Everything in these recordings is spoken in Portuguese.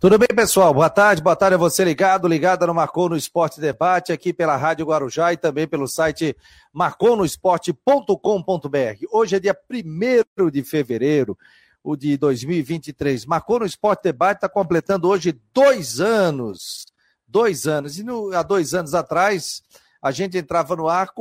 Tudo bem, pessoal? Boa tarde a você ligada no Marcou no Esporte Debate, aqui pela Rádio Guarujá e também pelo site marconosport.com.br. Hoje é dia 1º de fevereiro, o de 2023. Marcou no Esporte Debate está completando hoje 2 anos. 2 anos. E há 2 anos atrás, a gente entrava no ar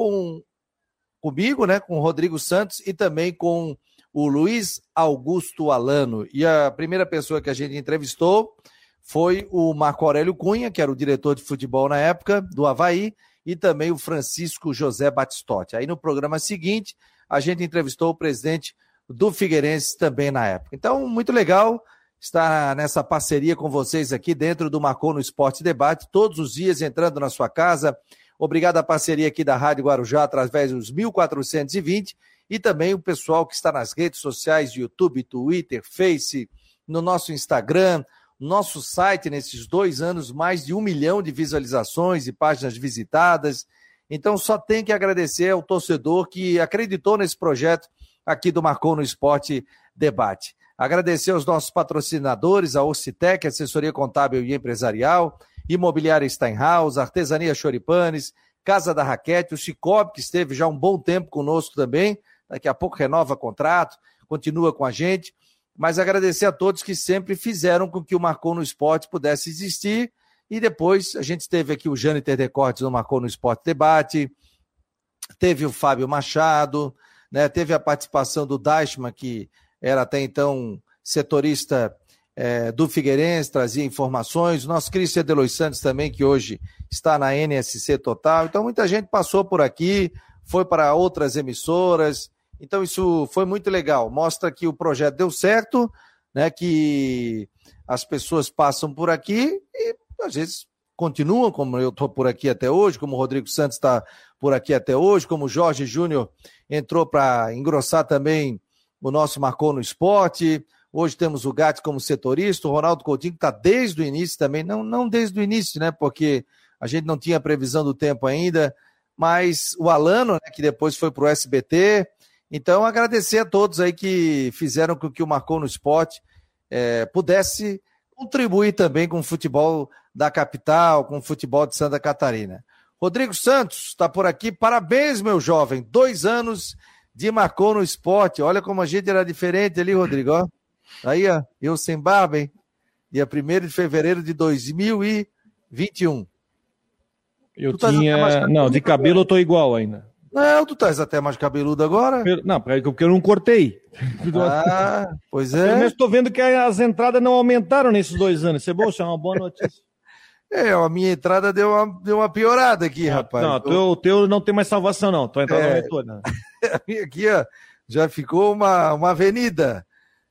comigo, né, com o Rodrigo Santos e também com o Luiz Augusto Alano. E a primeira pessoa que a gente entrevistou foi o Marco Aurélio Cunha, que era o diretor de futebol na época, do Avaí, e também o Francisco José Batistotti. Aí no programa seguinte, a gente entrevistou o presidente do Figueirense também na época. Então, muito legal estar nessa parceria com vocês aqui dentro do Marcou no Esporte Debate, todos os dias entrando na sua casa. Obrigado à parceria aqui da Rádio Guarujá, através dos 1420, e também o pessoal que está nas redes sociais, YouTube, Twitter, Face, no nosso Instagram, nosso site nesses 2 anos, mais de 1 milhão de visualizações e páginas visitadas. Então só tem que agradecer ao torcedor que acreditou nesse projeto aqui do Marcou no Esporte Debate. Agradecer aos nossos patrocinadores, a Orcitec, assessoria contábil e empresarial, Imobiliária Steinhaus, Artesania Choripanes, Casa da Raquete, o Cicobi, que esteve já um bom tempo conosco também, daqui a pouco renova contrato, continua com a gente. Mas agradecer a todos que sempre fizeram com que o Marcou no Esporte pudesse existir. E depois a gente teve aqui o Jâniter Decortes no Marcou no Esporte Debate, teve o Fábio Machado, né? Teve a participação do Deichmann, que era até então setorista do Figueirense, trazia informações. O nosso Cristian Delois Santos também, que hoje está na NSC Total. Então muita gente passou por aqui, foi para outras emissoras. Então isso foi muito legal, mostra que o projeto deu certo, né, que as pessoas passam por aqui e às vezes continuam, como eu estou por aqui até hoje, como o Rodrigo Santos está por aqui até hoje, como o Jorge Júnior entrou para engrossar também o nosso Marcou no Esporte. Hoje temos o Gatti como setorista, o Ronaldo Coutinho que está desde o início também, não desde o início, né, porque a gente não tinha previsão do tempo ainda, mas o Alano, né, que depois foi para o SBT. Então, agradecer a todos aí que fizeram com que o Marcou no Esporte pudesse contribuir também com o futebol da capital, com o futebol de Santa Catarina. Rodrigo Santos está por aqui. Parabéns, meu jovem. 2 anos de Marcou no Esporte. Olha como a gente era diferente ali, Rodrigo. Ó. Aí, ó, eu sem barba, hein? Dia 1º de fevereiro de 2021. Eu tinha... Não, de cabelo eu tô igual ainda. Não, tu estás até mais cabeludo agora. Não, porque eu não cortei. Ah, pois é. Mas estou vendo que as entradas não aumentaram nesses 2 anos. Isso é bom, isso é uma boa notícia. A minha entrada deu uma piorada aqui, rapaz. Não, o teu não tem mais salvação, não. Tua entrada aumentou, né? A minha aqui, ó, já ficou uma avenida.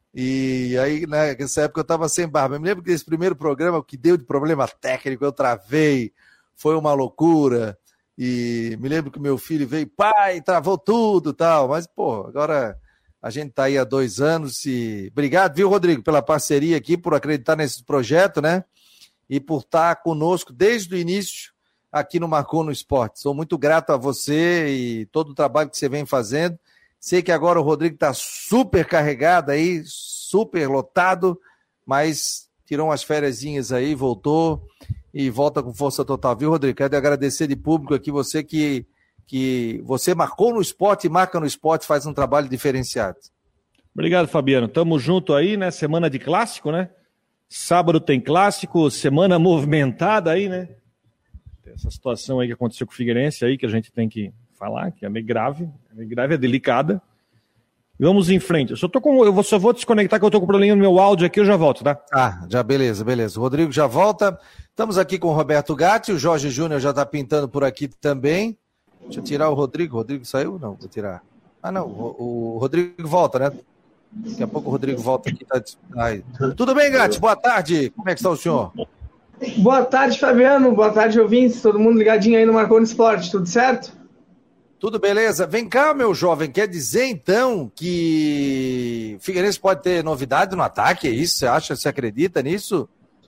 E aí, nessa época eu estava sem barba. Eu me lembro que esse primeiro programa, o que deu de problema técnico, eu travei, foi uma loucura. E me lembro que meu filho veio, pai, travou tudo e tal. Mas, pô, agora a gente tá aí há 2 anos e... Obrigado, viu, Rodrigo, pela parceria aqui, por acreditar nesse projeto, né? E por estar conosco desde o início aqui no Marcou no Esporte. Sou muito grato a você e todo o trabalho que você vem fazendo. Sei que agora o Rodrigo tá super carregado aí, super lotado, mas tirou umas fériasinhas aí, voltou... E volta com força total, viu, Rodrigo? Quero agradecer de público aqui você que você marcou no esporte e marca no esporte, faz um trabalho diferenciado. Obrigado, Fabiano. Tamo junto aí, né? Semana de clássico, né? Sábado tem clássico, semana movimentada aí, né? Tem essa situação aí que aconteceu com o Figueirense aí, que a gente tem que falar, que é meio grave, é delicada. Vamos em frente. Eu só vou desconectar que eu tô com problema no meu áudio aqui, eu já volto, tá? Já, beleza. O Rodrigo já volta. Estamos aqui com o Roberto Gatti, o Jorge Júnior já tá pintando por aqui também. Deixa eu tirar o Rodrigo. O Rodrigo saiu? Não, vou tirar. Não, o Rodrigo volta, né? Daqui a pouco o Rodrigo volta aqui. Tudo bem, Gatti? Boa tarde. Como é que está o senhor? Boa tarde, Fabiano. Boa tarde, ouvintes. Todo mundo ligadinho aí no Marcou no Esporte. Tudo certo? Tudo beleza. Vem cá, meu jovem. Quer dizer, então, que o Figueirense pode ter novidade no ataque? É isso? Você acha? Você acredita nisso?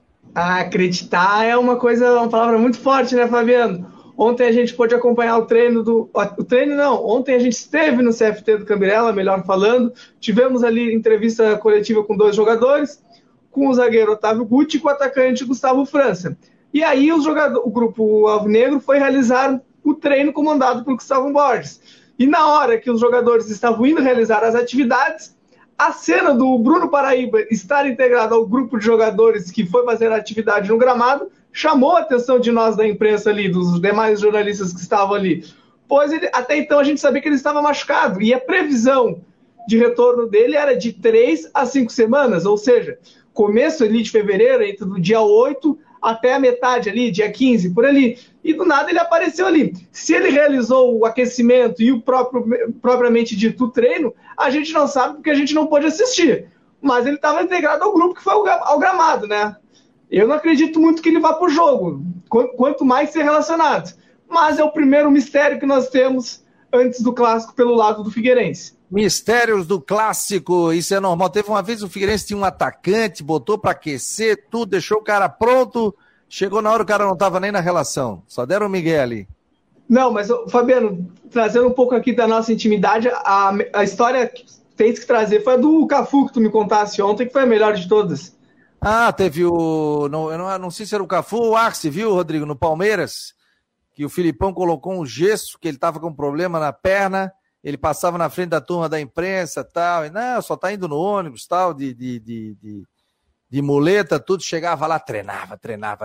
Acreditar é uma palavra muito forte, né, Fabiano? Ontem a gente pôde acompanhar o treino ontem a gente esteve no CFT do Cambirela, melhor falando. Tivemos ali entrevista coletiva com 2 jogadores. com o zagueiro Otávio Guti e com o atacante Gustavo França. E aí o grupo alvinegro foi realizar o treino comandado por Gustavo Borges. E na hora que os jogadores estavam indo realizar as atividades, a cena do Bruno Paraíba estar integrado ao grupo de jogadores que foi fazer a atividade no gramado chamou a atenção de nós da imprensa ali, dos demais jornalistas que estavam ali. Pois até então a gente sabia que ele estava machucado e a previsão de retorno dele era de 3 a 5 semanas, ou seja, começo ali de fevereiro, entre o dia 8 até a metade ali, dia 15, por ali. E do nada ele apareceu ali. Se ele realizou o aquecimento e o propriamente dito o treino, a gente não sabe porque a gente não pôde assistir. Mas ele estava integrado ao grupo que foi ao gramado, né? Eu não acredito muito que ele vá para o jogo, quanto mais ser relacionado. Mas é o primeiro mistério que nós temos antes do clássico pelo lado do Figueirense. Mistérios do clássico, isso é normal. Teve uma vez o Figueirense tinha um atacante, botou para aquecer tudo, deixou o cara pronto, chegou na hora o cara não estava nem na relação, só deram o Miguel ali. Não, mas Fabiano, trazendo um pouco aqui da nossa intimidade, a história que tem que trazer foi a do Cafu, que tu me contasse ontem, que foi a melhor de todas. Ah, teve eu não sei se era o Cafu ou o Arce, viu, Rodrigo, no Palmeiras, que o Filipão colocou um gesso, que ele estava com um problema na perna, ele passava na frente da turma da imprensa tal, e não, só tá indo no ônibus tal, de muleta, tudo, chegava lá, treinava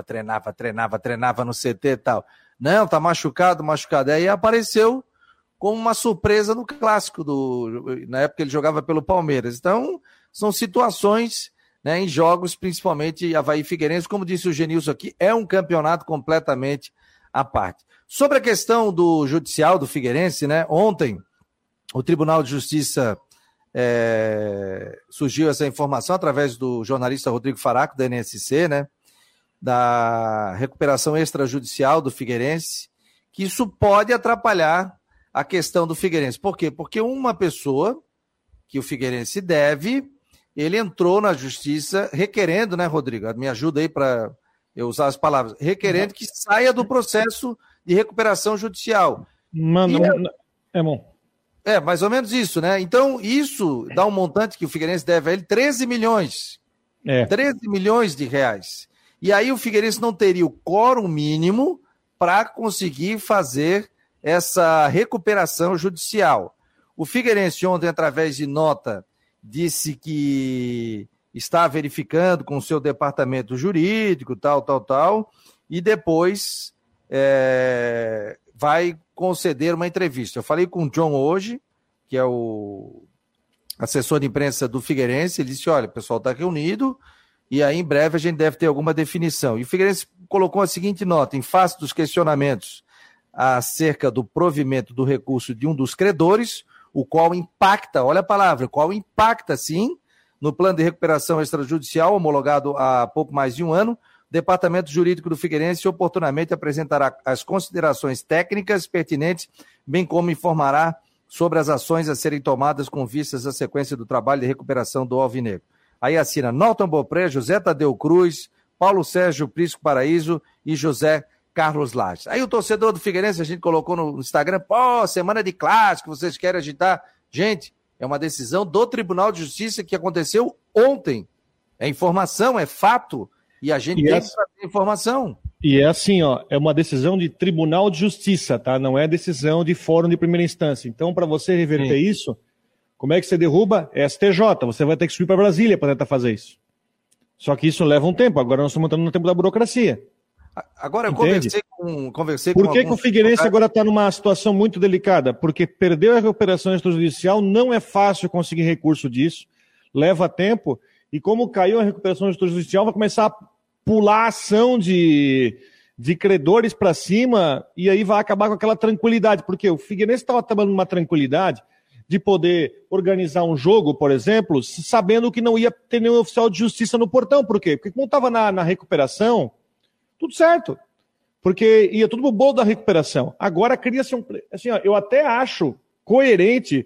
no CT e tal. Não, tá machucado. Aí apareceu como uma surpresa no clássico, na época ele jogava pelo Palmeiras. Então, são situações, né, em jogos, principalmente Avaí e Figueirense, como disse o Genilson aqui, é um campeonato completamente à parte. Sobre a questão do judicial do Figueirense, né, ontem o Tribunal de Justiça surgiu essa informação através do jornalista Rodrigo Faraco, da NSC, né, da recuperação extrajudicial do Figueirense, que isso pode atrapalhar a questão do Figueirense. Por quê? Porque uma pessoa que o Figueirense deve, ele entrou na Justiça requerendo, né, Rodrigo? Me ajuda aí para eu usar as palavras. Requerendo que saia do processo de recuperação judicial. É bom. É, mais ou menos isso, né? Então, isso dá um montante que o Figueirense deve a ele, 13 milhões. 13 milhões de reais. E aí o Figueirense não teria o quórum mínimo para conseguir fazer essa recuperação judicial. O Figueirense ontem, através de nota, disse que está verificando com o seu departamento jurídico, tal, e depois vai conceder uma entrevista. Eu falei com o John hoje, que é o assessor de imprensa do Figueirense, ele disse, olha, o pessoal está reunido e aí em breve a gente deve ter alguma definição. E o Figueirense colocou a seguinte nota, em face dos questionamentos acerca do provimento do recurso de um dos credores, o qual impacta, olha a palavra, o qual impacta, sim, no plano de recuperação extrajudicial homologado há pouco mais de um ano, o Departamento Jurídico do Figueirense oportunamente apresentará as considerações técnicas pertinentes, bem como informará sobre as ações a serem tomadas com vistas à sequência do trabalho de recuperação do Alvinegro. Aí assina Norton Bopré, José Tadeu Cruz, Paulo Sérgio Prisco Paraíso e José Carlos Lages. Aí o torcedor do Figueirense, a gente colocou no Instagram, semana de clássico, vocês querem agitar? Gente, é uma decisão do Tribunal de Justiça que aconteceu ontem. É informação, é fato, e a gente tem que trazer informação. E é assim, é uma decisão de Tribunal de Justiça, tá? Não é decisão de fórum de primeira instância. Então, para você reverter isso, como é que você derruba? É STJ, você vai ter que subir para Brasília para tentar fazer isso. Só que isso leva um tempo, agora nós estamos entrando no tempo da burocracia. Agora eu conversei com Por que o Figueirense agora está numa situação muito delicada? Porque perdeu a recuperação extrajudicial, não é fácil conseguir recurso disso, leva tempo, e como caiu a recuperação extrajudicial, vai começar a pular a ação de credores para cima, e aí vai acabar com aquela tranquilidade, porque o Figueirense estava trabalhando numa tranquilidade de poder organizar um jogo, por exemplo, sabendo que não ia ter nenhum oficial de justiça no portão. Por quê? Porque como estava na recuperação, tudo certo, porque ia tudo pro bolo da recuperação. Agora cria-se assim, eu até acho coerente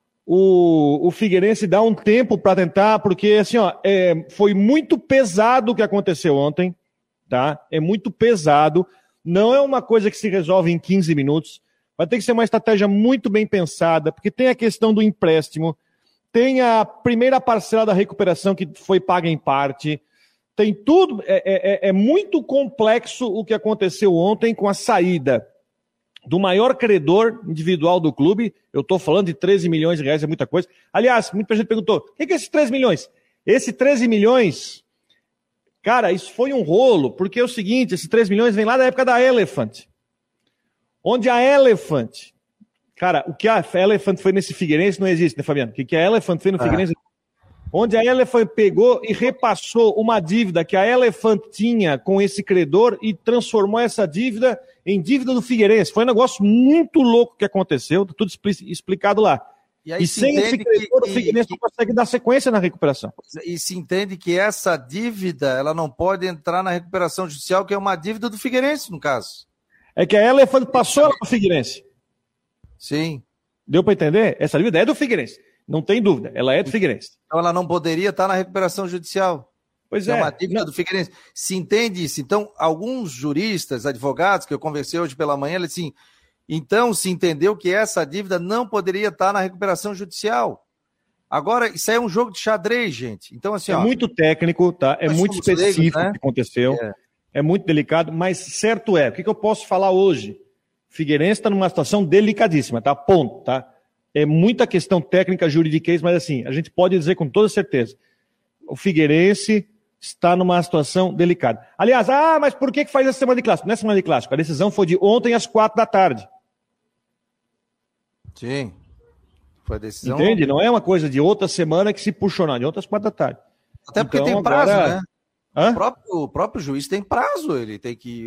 o Figueirense dar um tempo para tentar, porque assim, foi muito pesado o que aconteceu ontem, tá? É muito pesado, não é uma coisa que se resolve em 15 minutos, vai ter que ser uma estratégia muito bem pensada, porque tem a questão do empréstimo, tem a primeira parcela da recuperação que foi paga em parte, tem tudo, é muito complexo o que aconteceu ontem com a saída do maior credor individual do clube. Eu estou falando de 13 milhões de reais, é muita coisa. Aliás, muita gente perguntou, o que é esses 13 milhões? Esse 13 milhões, cara, isso foi um rolo, porque é o seguinte, esses 13 milhões vem lá da época da Elephant, onde a Elephant, cara, o que a Elephant foi nesse Figueirense não existe, né, Fabiano? O que a Elephant foi no Figueirense? Onde a Elephant pegou e repassou uma dívida que a Elephant tinha com esse credor e transformou essa dívida em dívida do Figueirense. Foi um negócio muito louco que aconteceu, tá tudo explicado lá. E sem esse credor, o Figueirense não consegue dar sequência na recuperação. E se entende que essa dívida ela não pode entrar na recuperação judicial, que é uma dívida do Figueirense, no caso. É que a Elephant passou ela para o Figueirense. Sim. Deu para entender? Essa dívida é do Figueirense. Não tem dúvida, ela é do Figueirense. Então ela não poderia estar na recuperação judicial. Pois é. É uma dívida do Figueirense. Se entende isso. Então, alguns juristas, advogados, que eu conversei hoje pela manhã, eles assim, então se entendeu que essa dívida não poderia estar na recuperação judicial. Agora, isso aí é um jogo de xadrez, gente. Então, assim, muito técnico, tá? É muito específico leigos, né? O que aconteceu. É muito delicado, mas certo é. O que eu posso falar hoje? Figueirense está numa situação delicadíssima, tá? Ponto, tá? É muita questão técnica, juridiquês, mas assim, a gente pode dizer com toda certeza, o Figueirense está numa situação delicada. Aliás, mas por que faz essa semana de clássico? Não é semana de clássico, a decisão foi de ontem às 4h. Sim, foi a decisão... Entende? Não é uma coisa de outra semana que se puxou, não, de ontem às 4h. Até porque tem prazo, né? O próprio juiz tem prazo, ele tem que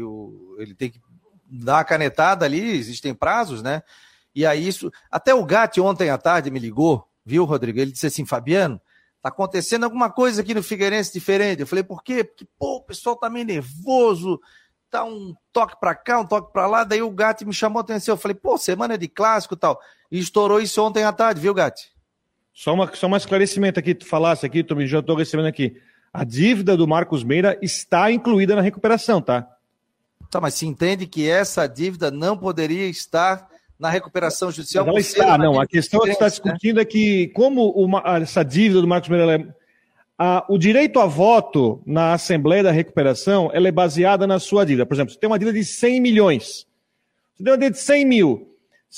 dar a canetada ali, existem prazos, né? E aí isso... Até o Gatti ontem à tarde me ligou, viu, Rodrigo? Ele disse assim, Fabiano, tá acontecendo alguma coisa aqui no Figueirense diferente. Eu falei, por quê? Porque, o pessoal tá meio nervoso, tá um toque pra cá, um toque pra lá. Daí o Gatti me chamou a atenção. Eu falei, semana de clássico e tal. E estourou isso ontem à tarde, viu, Gatti? Só um esclarecimento aqui, tu falasse aqui, já tô recebendo aqui. A dívida do Marcos Meira está incluída na recuperação, tá? Tá, mas se entende que essa dívida não poderia estar na recuperação judicial? Ela está, não. A questão que está discutindo é que, como essa dívida do Marcos Meira, o direito a voto na Assembleia da Recuperação, ela é baseada na sua dívida. Por exemplo, você tem uma dívida de 100 milhões. Você tem uma dívida de 100 mil.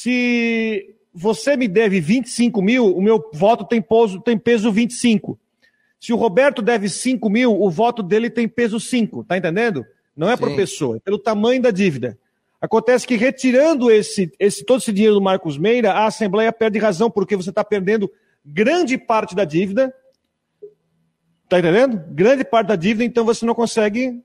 Se você me deve 25 mil, o meu voto tem peso 25. Se o Roberto deve 5 mil, o voto dele tem peso 5. Tá entendendo? Não é por pessoa, é pelo tamanho da dívida. Acontece que retirando todo esse dinheiro do Marcos Meira, a Assembleia perde razão, porque você está perdendo grande parte da dívida. Está entendendo? Grande parte da dívida, então você não consegue...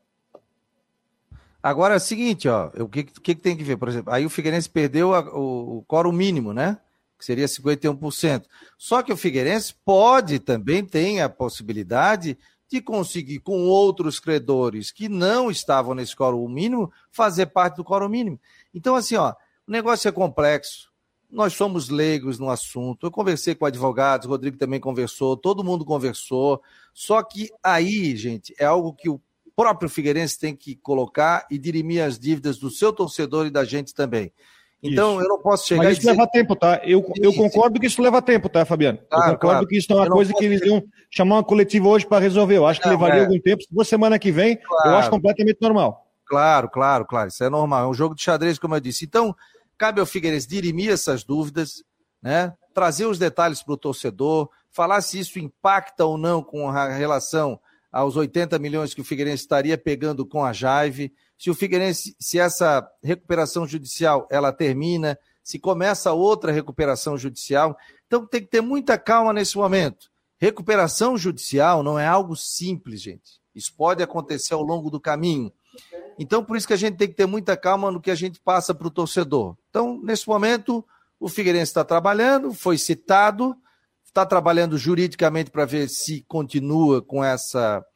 Agora é o seguinte, o que tem que ver? Por exemplo, aí o Figueirense perdeu o quórum mínimo, né? Que seria 51%. Só que o Figueirense também tem a possibilidade de conseguir, com outros credores que não estavam nesse quórum mínimo, fazer parte do quórum mínimo. Então, assim, o negócio é complexo, nós somos leigos no assunto, eu conversei com advogados, o Rodrigo também conversou, todo mundo conversou, só que aí, gente, é algo que o próprio Figueirense tem que colocar e dirimir as dívidas do seu torcedor e da gente também. Então, eu não posso chegar Mas isso leva tempo, tá? Eu concordo que isso leva tempo, tá, Fabiano? Claro, eu concordo que isso é uma coisa que eles iam chamar uma coletiva hoje para resolver. Eu acho que levaria algum tempo. Se for semana que vem, eu acho completamente normal. Claro. Isso é normal. É um jogo de xadrez, como eu disse. Então, cabe ao Figueirense dirimir essas dúvidas, né? Trazer os detalhes para o torcedor, falar se isso impacta ou não com a relação aos 80 milhões que o Figueirense estaria pegando com a Jaive, se o Figueirense, se essa recuperação judicial ela termina, se começa outra recuperação judicial. Então tem que ter muita calma nesse momento. Recuperação judicial não é algo simples, gente. Isso pode acontecer ao longo do caminho. Então por isso que a gente tem que ter muita calma no que a gente passa para o torcedor. Então, nesse momento, o Figueirense está trabalhando, foi citado, está trabalhando juridicamente para ver se continua com essa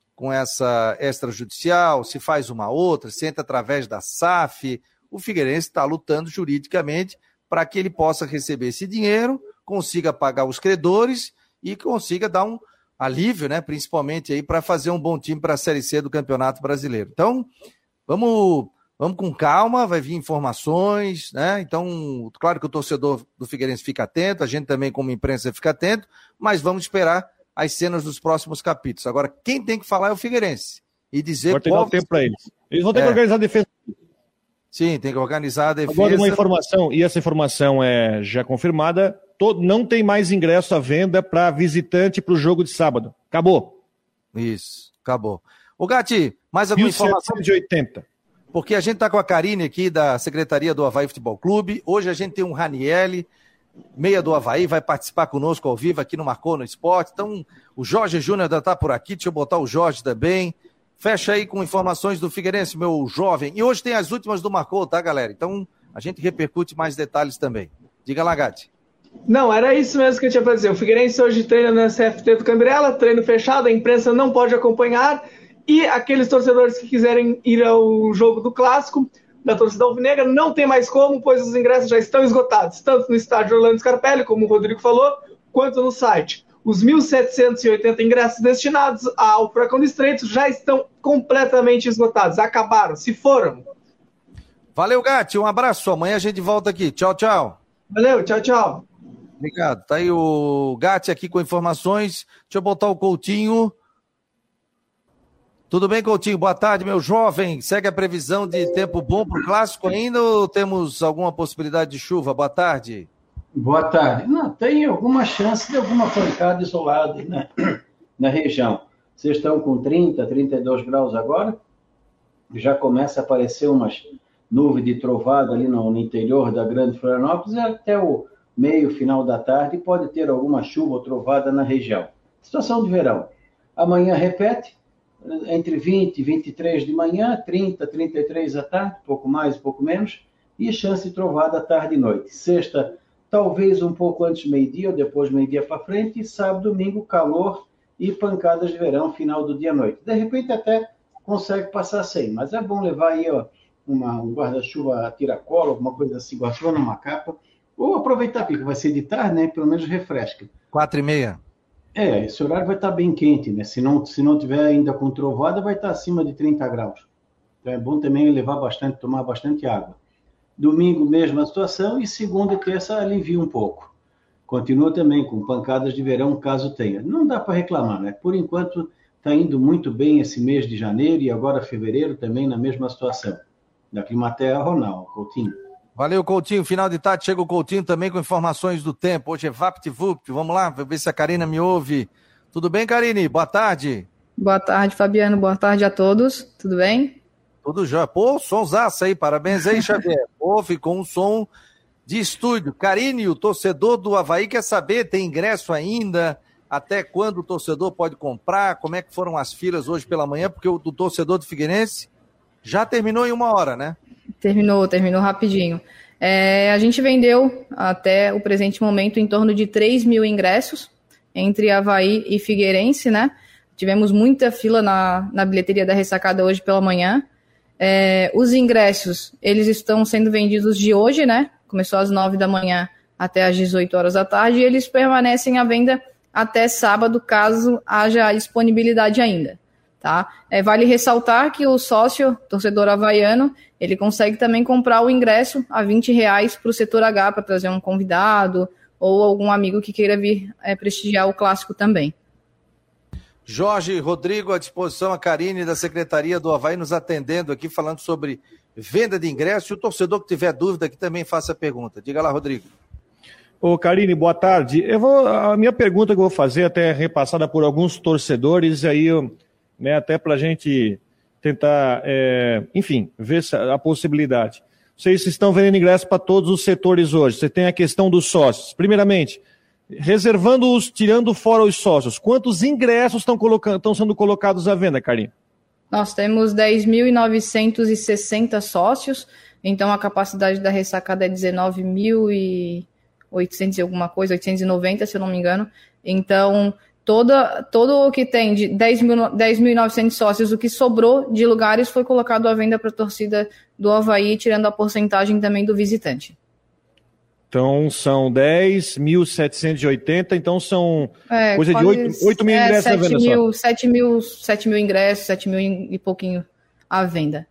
extrajudicial, se faz uma outra, se entra através da SAF. O Figueirense está lutando juridicamente para que ele possa receber esse dinheiro, consiga pagar os credores e consiga dar um alívio, né, principalmente aí para fazer um bom time para a Série C do Campeonato Brasileiro. Então, vamos com calma, vai vir informações, né? Então, claro que o torcedor do Figueirense fica atento, a gente também como imprensa fica atento, mas vamos esperar as cenas dos próximos capítulos. Agora, quem tem que falar é o Figueirense. E dizer qual... Tem que dar tempo para eles. Eles vão ter que organizar a defesa. Sim, tem que organizar a defesa. Agora uma informação, e essa informação é já confirmada, não tem mais ingresso à venda para visitante para o jogo de sábado. Acabou. Isso, acabou. Ô Gatti, mais alguma informação? 1780. Porque a gente está com a Karine aqui da Secretaria do Avaí Futebol Clube. Hoje a gente tem um Ranielli, meia do Avaí, vai participar conosco ao vivo aqui no Marcou no Esporte. Então, o Jorge Júnior ainda está por aqui, deixa eu botar o Jorge também. Fecha aí com informações do Figueirense, meu jovem. E hoje tem as últimas do Marcou, tá, galera? Então, a gente repercute mais detalhes também. Diga lá, Gatti. Não, era isso mesmo que eu tinha para dizer. O Figueirense hoje treina no CFT do Candirela, treino fechado, a imprensa não pode acompanhar. E aqueles torcedores que quiserem ir ao jogo do Clássico, da torcida alvinegra, não tem mais como, pois os ingressos já estão esgotados, tanto no estádio Orlando Scarpelli, como o Rodrigo falou, quanto no site. Os 1.780 ingressos destinados ao Furacão do Estreito já estão completamente esgotados, acabaram, se foram. Valeu, Gatti, um abraço, amanhã a gente volta aqui. Tchau, tchau. Valeu, tchau, tchau. Obrigado, tá aí o Gatti aqui com informações. Deixa eu botar o Coutinho. Tudo bem, Coutinho? Boa tarde, meu jovem. Segue a previsão de tempo bom para o Clássico ainda ou temos alguma possibilidade de chuva? Boa tarde. Boa tarde. Não, tem alguma chance de alguma pancada isolada na região. Vocês estão com 30, 32 graus agora. Já começa a aparecer umas nuvens de trovada ali no interior da Grande Florianópolis. Até o meio, final da tarde, pode ter alguma chuva ou trovada na região. Situação de verão. Amanhã repete. Entre 20 e 23 de manhã, 30, 33 à tarde, pouco mais, pouco menos, e chance de trovada à tarde e noite. Sexta, talvez um pouco antes do meio-dia, ou depois do meio-dia para frente, e sábado, domingo, calor e pancadas de verão, final do dia à noite. De repente até consegue passar sem, mas é bom levar aí um guarda-chuva tiracolo, alguma coisa assim, guarda-chuva numa capa, ou aproveitar, porque vai ser de tarde, né? Pelo menos refresca. 4h30. Esse horário vai estar bem quente, né? Se não tiver ainda com trovada, vai estar acima de 30 graus. Então é bom também tomar bastante água. Domingo, mesma situação, e segunda e terça alivia um pouco. Continua também com pancadas de verão, caso tenha. Não dá para reclamar, né? Por enquanto, está indo muito bem esse mês de janeiro e agora fevereiro também na mesma situação. Da Climaterra, Ronaldo, Coutinho. Valeu, Coutinho. Final de tarde chega o Coutinho também com informações do tempo. Hoje é VaptVupt. Vamos lá, ver se a Karina me ouve. Tudo bem, Karine? Boa tarde. Boa tarde, Fabiano. Boa tarde a todos. Tudo bem? Tudo jóia. Pô, sonsaço aí. Parabéns aí, Xavier. Pô, ficou um som de estúdio. Karine, o torcedor do Avaí quer saber, tem ingresso ainda? Até quando o torcedor pode comprar? Como é que foram as filas hoje pela manhã? Porque o do torcedor do Figueirense já terminou em 1 hora, né? Terminou rapidinho. A gente vendeu até o presente momento em torno de 3 mil ingressos entre Avaí e Figueirense, né? Tivemos muita fila na bilheteria da ressacada hoje pela manhã. Os ingressos, eles estão sendo vendidos de hoje, né? Começou às 9 da manhã até às 18 horas da tarde e eles permanecem à venda até sábado, caso haja disponibilidade ainda. Tá? Vale ressaltar que o sócio, torcedor havaiano, ele consegue também comprar o ingresso a R$20 para o setor H, para trazer um convidado ou algum amigo que queira vir prestigiar o clássico também. Jorge, Rodrigo, à disposição, a Karine da Secretaria do Avaí nos atendendo aqui, falando sobre venda de ingresso. E o torcedor que tiver dúvida aqui também faça a pergunta. Diga lá, Rodrigo. Ô, Karine, boa tarde. A minha pergunta que eu vou fazer até é repassada por alguns torcedores, aí né, até para a gente tentar, enfim, ver a possibilidade. Vocês estão vendendo ingresso para todos os setores hoje. Você tem a questão dos sócios. Primeiramente, reservando-os, tirando fora os sócios, quantos ingressos estão sendo colocados à venda, Karine? Nós temos 10.960 sócios, então a capacidade da ressacada é 19.800 e alguma coisa, 890, se eu não me engano. Então, todo o que tem de 10.900 sócios, o que sobrou de lugares foi colocado à venda para a torcida do Avaí, tirando a porcentagem também do visitante. Então, são 10.780, então são coisa de 8 mil ingressos à venda só. 7 mil ingressos, 7 mil e pouquinho à venda.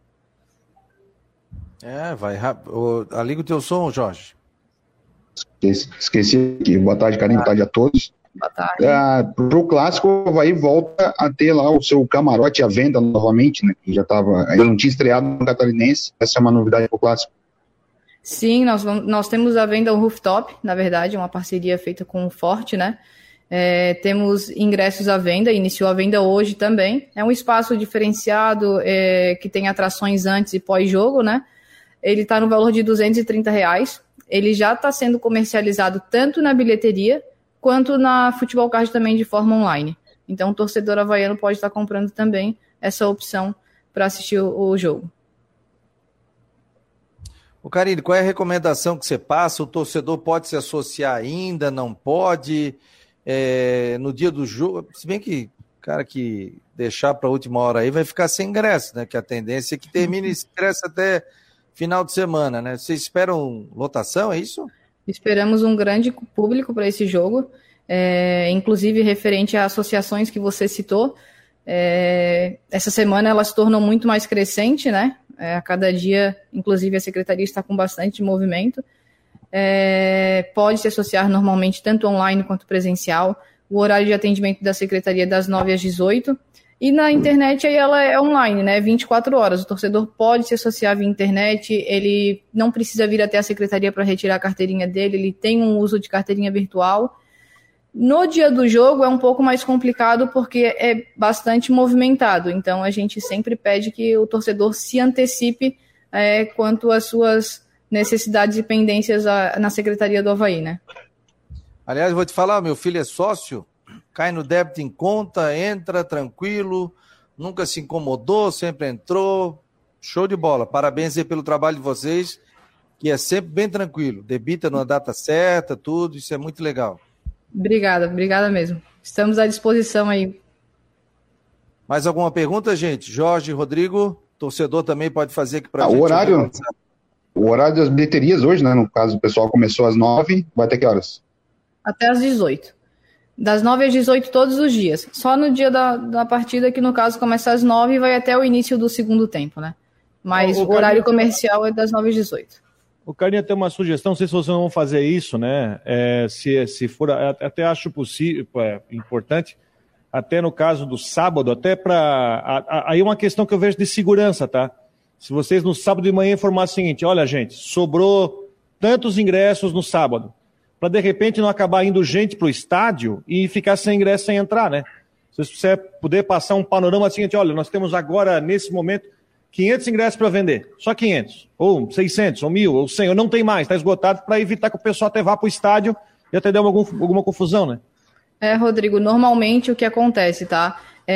Vai rápido. Liga o teu som, Jorge. Esqueci aqui. Boa tarde, Karine. Boa tarde a todos. Para o Clássico, o Avaí volta a ter lá o seu camarote à venda novamente, né? Que já não tinha estreado no Catarinense. Essa é uma novidade para o Clássico. Sim, nós temos à venda o Rooftop, na verdade, uma parceria feita com o Forte, né? Temos ingressos à venda, iniciou a venda hoje também. É um espaço diferenciado, que tem atrações antes e pós-jogo, né? Ele está no valor de R$230. Ele já está sendo comercializado tanto na bilheteria quanto na Futebol Card também de forma online. Então o torcedor havaiano pode estar comprando também essa opção para assistir o jogo. O Carille, qual é a recomendação que você passa? O torcedor pode se associar ainda, não pode? No dia do jogo, se bem que o cara que deixar para a última hora aí vai ficar sem ingresso, né? Que a tendência é que termine esse ingresso até final de semana, né? Vocês esperam lotação, é isso? Esperamos um grande público para esse jogo, inclusive referente a associações que você citou. Essa semana ela se tornou muito mais crescente, né? A cada dia, inclusive, a Secretaria está com bastante movimento. Pode se associar normalmente tanto online quanto presencial. O horário de atendimento da Secretaria é das 9 às 18. E na internet aí ela é online, né? 24 horas. O torcedor pode se associar via internet, ele não precisa vir até a secretaria para retirar a carteirinha dele, ele tem um uso de carteirinha virtual. No dia do jogo é um pouco mais complicado porque é bastante movimentado, então a gente sempre pede que o torcedor se antecipe quanto às suas necessidades e pendências na Secretaria do Avaí, né? Aliás, vou te falar, meu filho é sócio, cai no débito em conta, entra tranquilo, nunca se incomodou, sempre entrou, show de bola. Parabéns aí pelo trabalho de vocês, que é sempre bem tranquilo, debita na data certa, tudo, isso é muito legal. Obrigada mesmo. Estamos à disposição aí. Mais alguma pergunta, gente? Jorge, Rodrigo, torcedor também pode fazer aqui para a gente. O horário das bilheterias hoje, né? No caso, o pessoal começou às 9, vai até que horas? Até às 18. Das 9 às 18 todos os dias. Só no dia da partida, que no caso começa às 9 e vai até o início do segundo tempo, né? Mas o horário comercial é das 9 às 18. O Carlinhos tem uma sugestão, não sei se vocês vão fazer isso, né? Se for, até acho possível, importante, até no caso do sábado, até para... Aí é uma questão que eu vejo de segurança, tá? Se vocês no sábado de manhã informassem o seguinte, olha, gente, sobrou tantos ingressos no sábado, para de repente não acabar indo gente para o estádio e ficar sem ingresso, sem entrar, né? Se você puder passar um panorama seguinte, olha, nós temos agora, nesse momento, 500 ingressos para vender, só 500, ou 600, ou 1.000, ou 100, ou não tem mais, está esgotado, para evitar que o pessoal até vá para o estádio e até dê alguma confusão, né? Rodrigo, normalmente o que acontece, tá?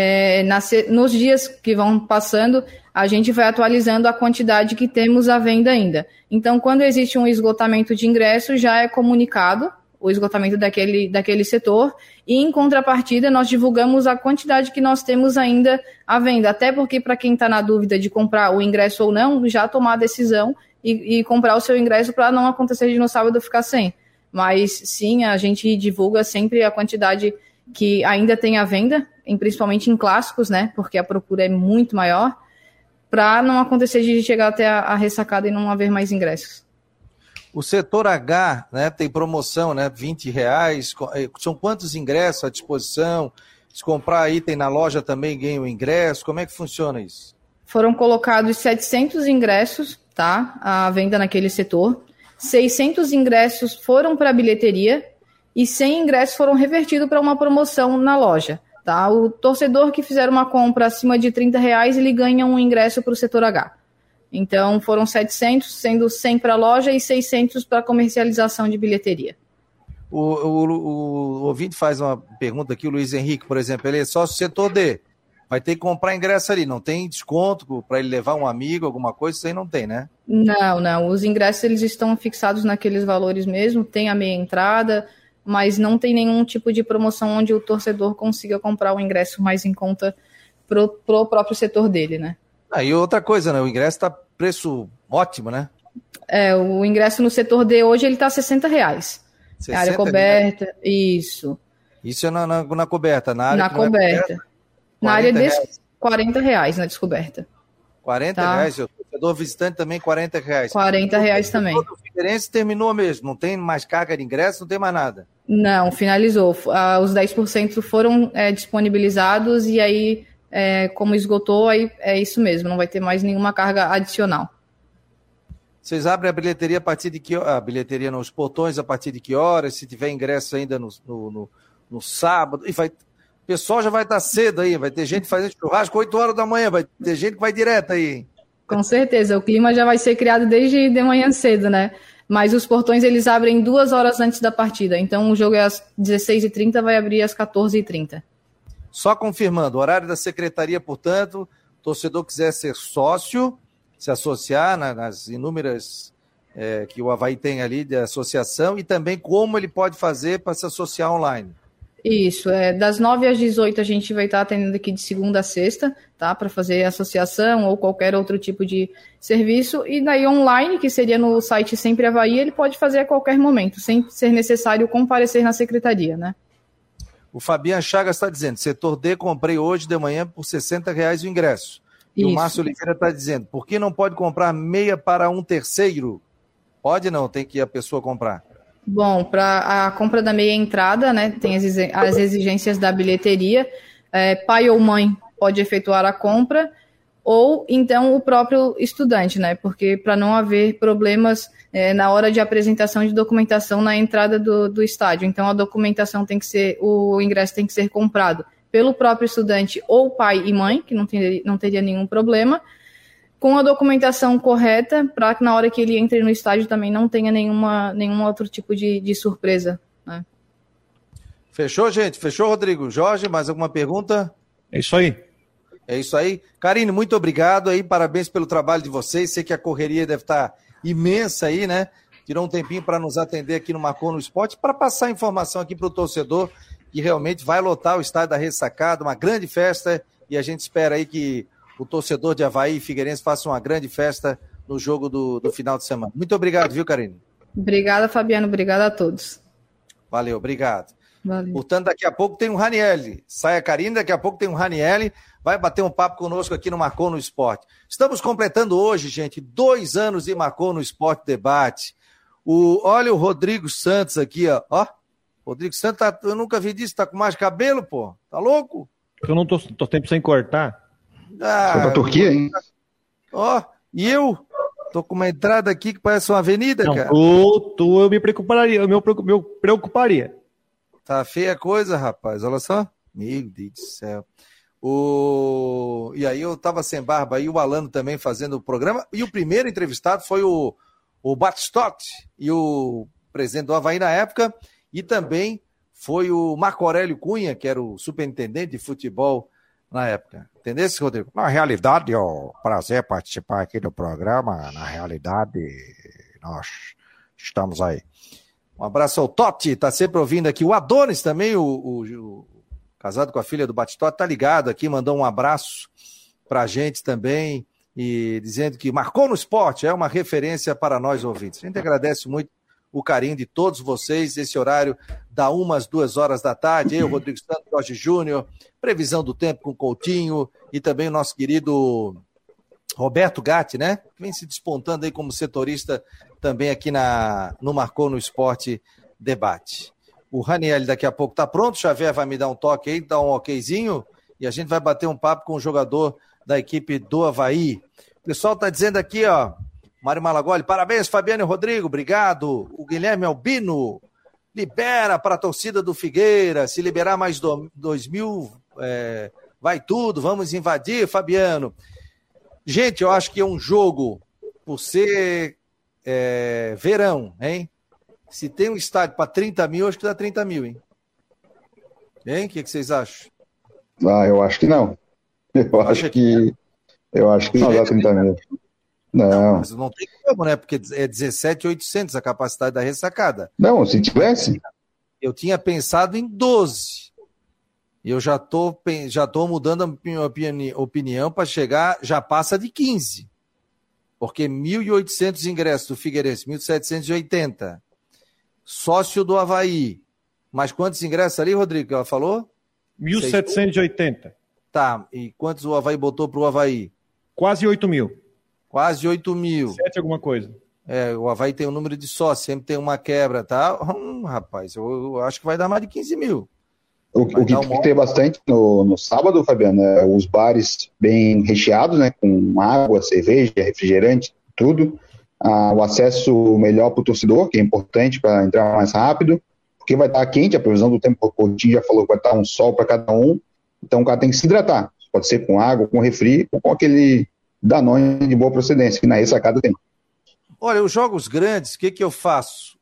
Nos dias que vão passando, a gente vai atualizando a quantidade que temos à venda ainda. Então, quando existe um esgotamento de ingressos, já é comunicado o esgotamento daquele setor, e em contrapartida nós divulgamos a quantidade que nós temos ainda à venda, até porque para quem está na dúvida de comprar o ingresso ou não, já tomar a decisão e comprar o seu ingresso para não acontecer de no sábado ficar sem. Mas sim, a gente divulga sempre a quantidade que ainda tem à venda, principalmente em clássicos, né? Porque a procura é muito maior, para não acontecer de chegar até a ressacada e não haver mais ingressos. O setor H, né, tem promoção, né? R$20. São quantos ingressos à disposição? Se comprar item na loja também ganha o ingresso. Como é que funciona isso? Foram colocados 700 ingressos, tá? À venda naquele setor. 600 ingressos foram para a bilheteria e 100 ingressos foram revertidos para uma promoção na loja. Tá? O torcedor que fizer uma compra acima de R$30, ele ganha um ingresso para o setor H. Então, foram 700, sendo 100 para a loja e 600 para a comercialização de bilheteria. O ouvinte faz uma pergunta aqui, o Luiz Henrique, por exemplo, ele é sócio setor D. Vai ter que comprar ingresso ali, não tem desconto para ele levar um amigo, alguma coisa, isso aí não tem, né? Não. Os ingressos eles estão fixados naqueles valores mesmo, tem a meia entrada, mas não tem nenhum tipo de promoção onde o torcedor consiga comprar o ingresso mais em conta pro próprio setor dele, né? E outra coisa, né? O ingresso está preço ótimo, né? O ingresso no setor D hoje ele está R$60. 60 área coberta, reais. Isso. Isso é na coberta, na área na coberta. Na área de R$40 na descoberta. R$40, tá. O torcedor visitante também R$40. R$40 também. O Figueirense terminou mesmo, não tem mais carga de ingresso, não tem mais nada. Não, finalizou. Os 10% foram disponibilizados e aí, como esgotou, aí é isso mesmo, não vai ter mais nenhuma carga adicional. Vocês abrem a bilheteria a partir de que horas? A bilheteria nos portões a partir de que horas? Se tiver ingresso ainda no sábado, e o pessoal já vai estar cedo aí, vai ter gente fazendo churrasco 8 horas da manhã, vai ter gente que vai direto aí. Com certeza, o clima já vai ser criado desde de manhã cedo, né? Mas os portões eles abrem 2 horas antes da partida, então o jogo é às 16h30, vai abrir às 14h30. Só confirmando, o horário da secretaria, portanto, torcedor quiser ser sócio, se associar nas inúmeras que o Avaí tem ali de associação e também como ele pode fazer para se associar online. Isso, das 9 às 18 a gente vai estar atendendo aqui de segunda a sexta, tá? Para fazer associação ou qualquer outro tipo de serviço. E daí online, que seria no site Sempre Avaí, ele pode fazer a qualquer momento, sem ser necessário comparecer na secretaria, né? O Fabiano Chagas está dizendo, setor D, comprei hoje de manhã por R$60 o ingresso. E isso. O Márcio Oliveira está dizendo, por que não pode comprar meia para um terceiro? Pode não, tem que a pessoa comprar. Bom, para a compra da meia entrada, né, tem as exigências da bilheteria, pai ou mãe pode efetuar a compra, ou então o próprio estudante, né, porque para não haver problemas na hora de apresentação de documentação na entrada do estádio. Então a documentação o ingresso tem que ser comprado pelo próprio estudante ou pai e mãe, que não teria nenhum problema, com a documentação correta, para que na hora que ele entre no estádio também não tenha nenhum outro tipo de surpresa. Né? Fechou, gente? Fechou, Rodrigo? Jorge, mais alguma pergunta? É isso aí. É isso aí. Karine, muito obrigado aí, parabéns pelo trabalho de vocês, sei que a correria deve estar imensa aí, né? Tirou um tempinho para nos atender aqui no Marcou no Esporte, para passar informação aqui para o torcedor, que realmente vai lotar o estádio da Ressacada, uma grande festa, e a gente espera aí que o torcedor de Avaí e Figueirense faça uma grande festa no jogo do final de semana. Muito obrigado, viu, Karine? Obrigada, Fabiano. Obrigada a todos. Valeu, obrigado. Valeu. Portanto, daqui a pouco tem um Ranieri. Sai a Karine, daqui a pouco tem um Ranieri. Vai bater um papo conosco aqui no Marcou no Esporte. Estamos completando hoje, gente, 2 anos de Marcou no Esporte Debate. Olha o Rodrigo Santos aqui, ó. Rodrigo Santos, eu nunca vi disso, tá com mais cabelo, pô. Tá louco? Eu não tô tempo sem cortar. Foi pra Turquia, hein? Ó, e eu? Tô com uma entrada aqui que parece uma avenida, não, cara. Eu me preocuparia, eu me preocuparia. Tá feia a coisa, rapaz, olha só. Meu Deus do céu. E aí eu tava sem barba, aí o Alano também fazendo o programa, e o primeiro entrevistado foi o Batistotti, e o presidente do Avaí na época, e também foi o Marco Aurélio Cunha, que era o superintendente de futebol na época. Entendeu, Rodrigo? Na realidade, é um prazer participar aqui do programa. Na realidade, nós estamos aí. Um abraço ao Totti, tá sempre ouvindo aqui. O Adonis também, o casado com a filha do Batistotti, tá ligado aqui, mandou um abraço pra gente também, e dizendo que Marcou no Esporte é uma referência para nós ouvintes. A gente agradece muito o carinho de todos vocês, esse horário da 1 às 2 horas da tarde, eu, Rodrigo Santos, Jorge Júnior, previsão do tempo com Coutinho, e também o nosso querido Roberto Gatti, né? Que vem se despontando aí como setorista também aqui no Marcou no Esporte Debate. O Ranieri daqui a pouco está pronto, o Xavier vai me dar um toque aí, dar um okzinho, e a gente vai bater um papo com o jogador da equipe do Avaí. O pessoal está dizendo aqui, ó, Mário Malagoli, parabéns, Fabiano e Rodrigo, obrigado. O Guilherme Albino, libera para a torcida do Figueira, se liberar mais 2.000, vai tudo, vamos invadir, Fabiano. Gente, eu acho que é um jogo, por ser verão, hein? Se tem um estádio para 30 mil, acho que dá 30 mil, hein? Hein? O que vocês acham? Eu acho que não. Eu acho que não dá 30 mil. Não. Mas não tem como, né? Porque é 17.800 a capacidade da Ressacada. Não, se tivesse. Eu tinha pensado em 12. E eu já tô mudando a minha opinião para chegar, já passa de 15. Porque 1.800 ingressos do Figueirense, 1.780. Sócio do Avaí. Mas quantos ingressos ali, Rodrigo, que ela falou? 1.780. Tá, e quantos o Avaí botou pro Avaí? Quase 8 mil. Quase 8 mil. 7 alguma coisa. O Avaí tem um número de sócios, sempre tem uma quebra, tá? Rapaz, eu acho que vai dar mais de 15 mil. O que tem que ter bastante no sábado, Fabiano, é os bares bem recheados, né? Com água, cerveja, refrigerante, tudo. O acesso melhor para o torcedor, que é importante para entrar mais rápido, porque vai estar quente, a previsão do tempo, o Coutinho já falou que vai estar um sol para cada um, então o cara tem que se hidratar. Pode ser com água, com refri, ou com aquele Danone de boa procedência, que na ressacada tem. Olha, os jogos grandes, o que eu faço?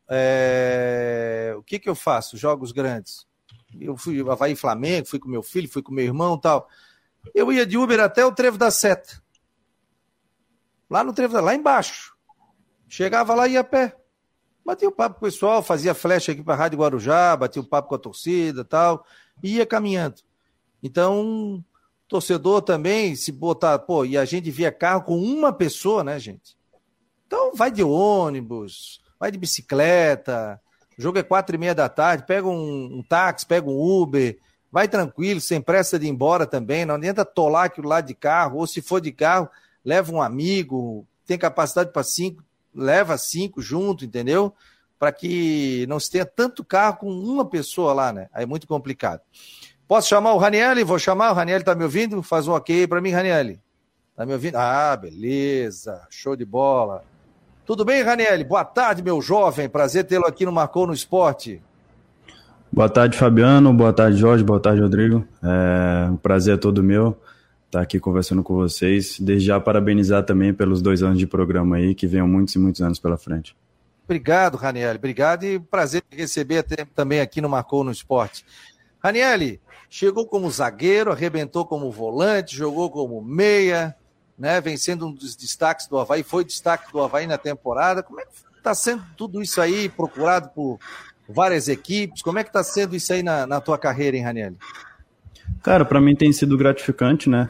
O que eu faço, jogos grandes? Eu fui Avaí Flamengo, fui com meu filho, fui com meu irmão e tal. Eu ia de Uber até o Trevo da Seta. Lá no Trevo, lá embaixo. Chegava lá e ia a pé. Batia o papo com o pessoal, fazia flecha aqui para a Rádio Guarujá, batia o papo com a torcida e tal, e ia caminhando. Então, torcedor também, se botar, e a gente via carro com uma pessoa, né, gente? Então, vai de ônibus, vai de bicicleta, o jogo é 4h30 da tarde, pega um táxi, pega um Uber, vai tranquilo, sem pressa de ir embora também, não adianta tolar aquilo lá de carro, ou se for de carro, leva um amigo, tem capacidade para 5, leva 5 junto, entendeu? Para que não se tenha tanto carro com uma pessoa lá, né? Aí é muito complicado. Posso chamar o Ranielli? Vou chamar, o Ranielli tá me ouvindo? Faz um ok para mim, Ranielli. Tá me ouvindo? Beleza, show de bola. Tudo bem, Ranielli? Boa tarde, meu jovem. Prazer tê-lo aqui no Marcou no Esporte. Boa tarde, Fabiano. Boa tarde, Jorge. Boa tarde, Rodrigo. Um prazer é todo meu estar aqui conversando com vocês. Desde já parabenizar também pelos 2 anos de programa aí, que venham muitos e muitos anos pela frente. Obrigado, Ranielli. Obrigado e prazer te receber também aqui no Marcou no Esporte. Ranielli, chegou como zagueiro, arrebentou como volante, jogou como meia, né, vem sendo um dos destaques do Avaí, foi destaque do Avaí na temporada. Como é que está sendo tudo isso aí, procurado por várias equipes? Como é que está sendo isso aí na tua carreira, hein, Ranielli? Cara, para mim tem sido gratificante, né?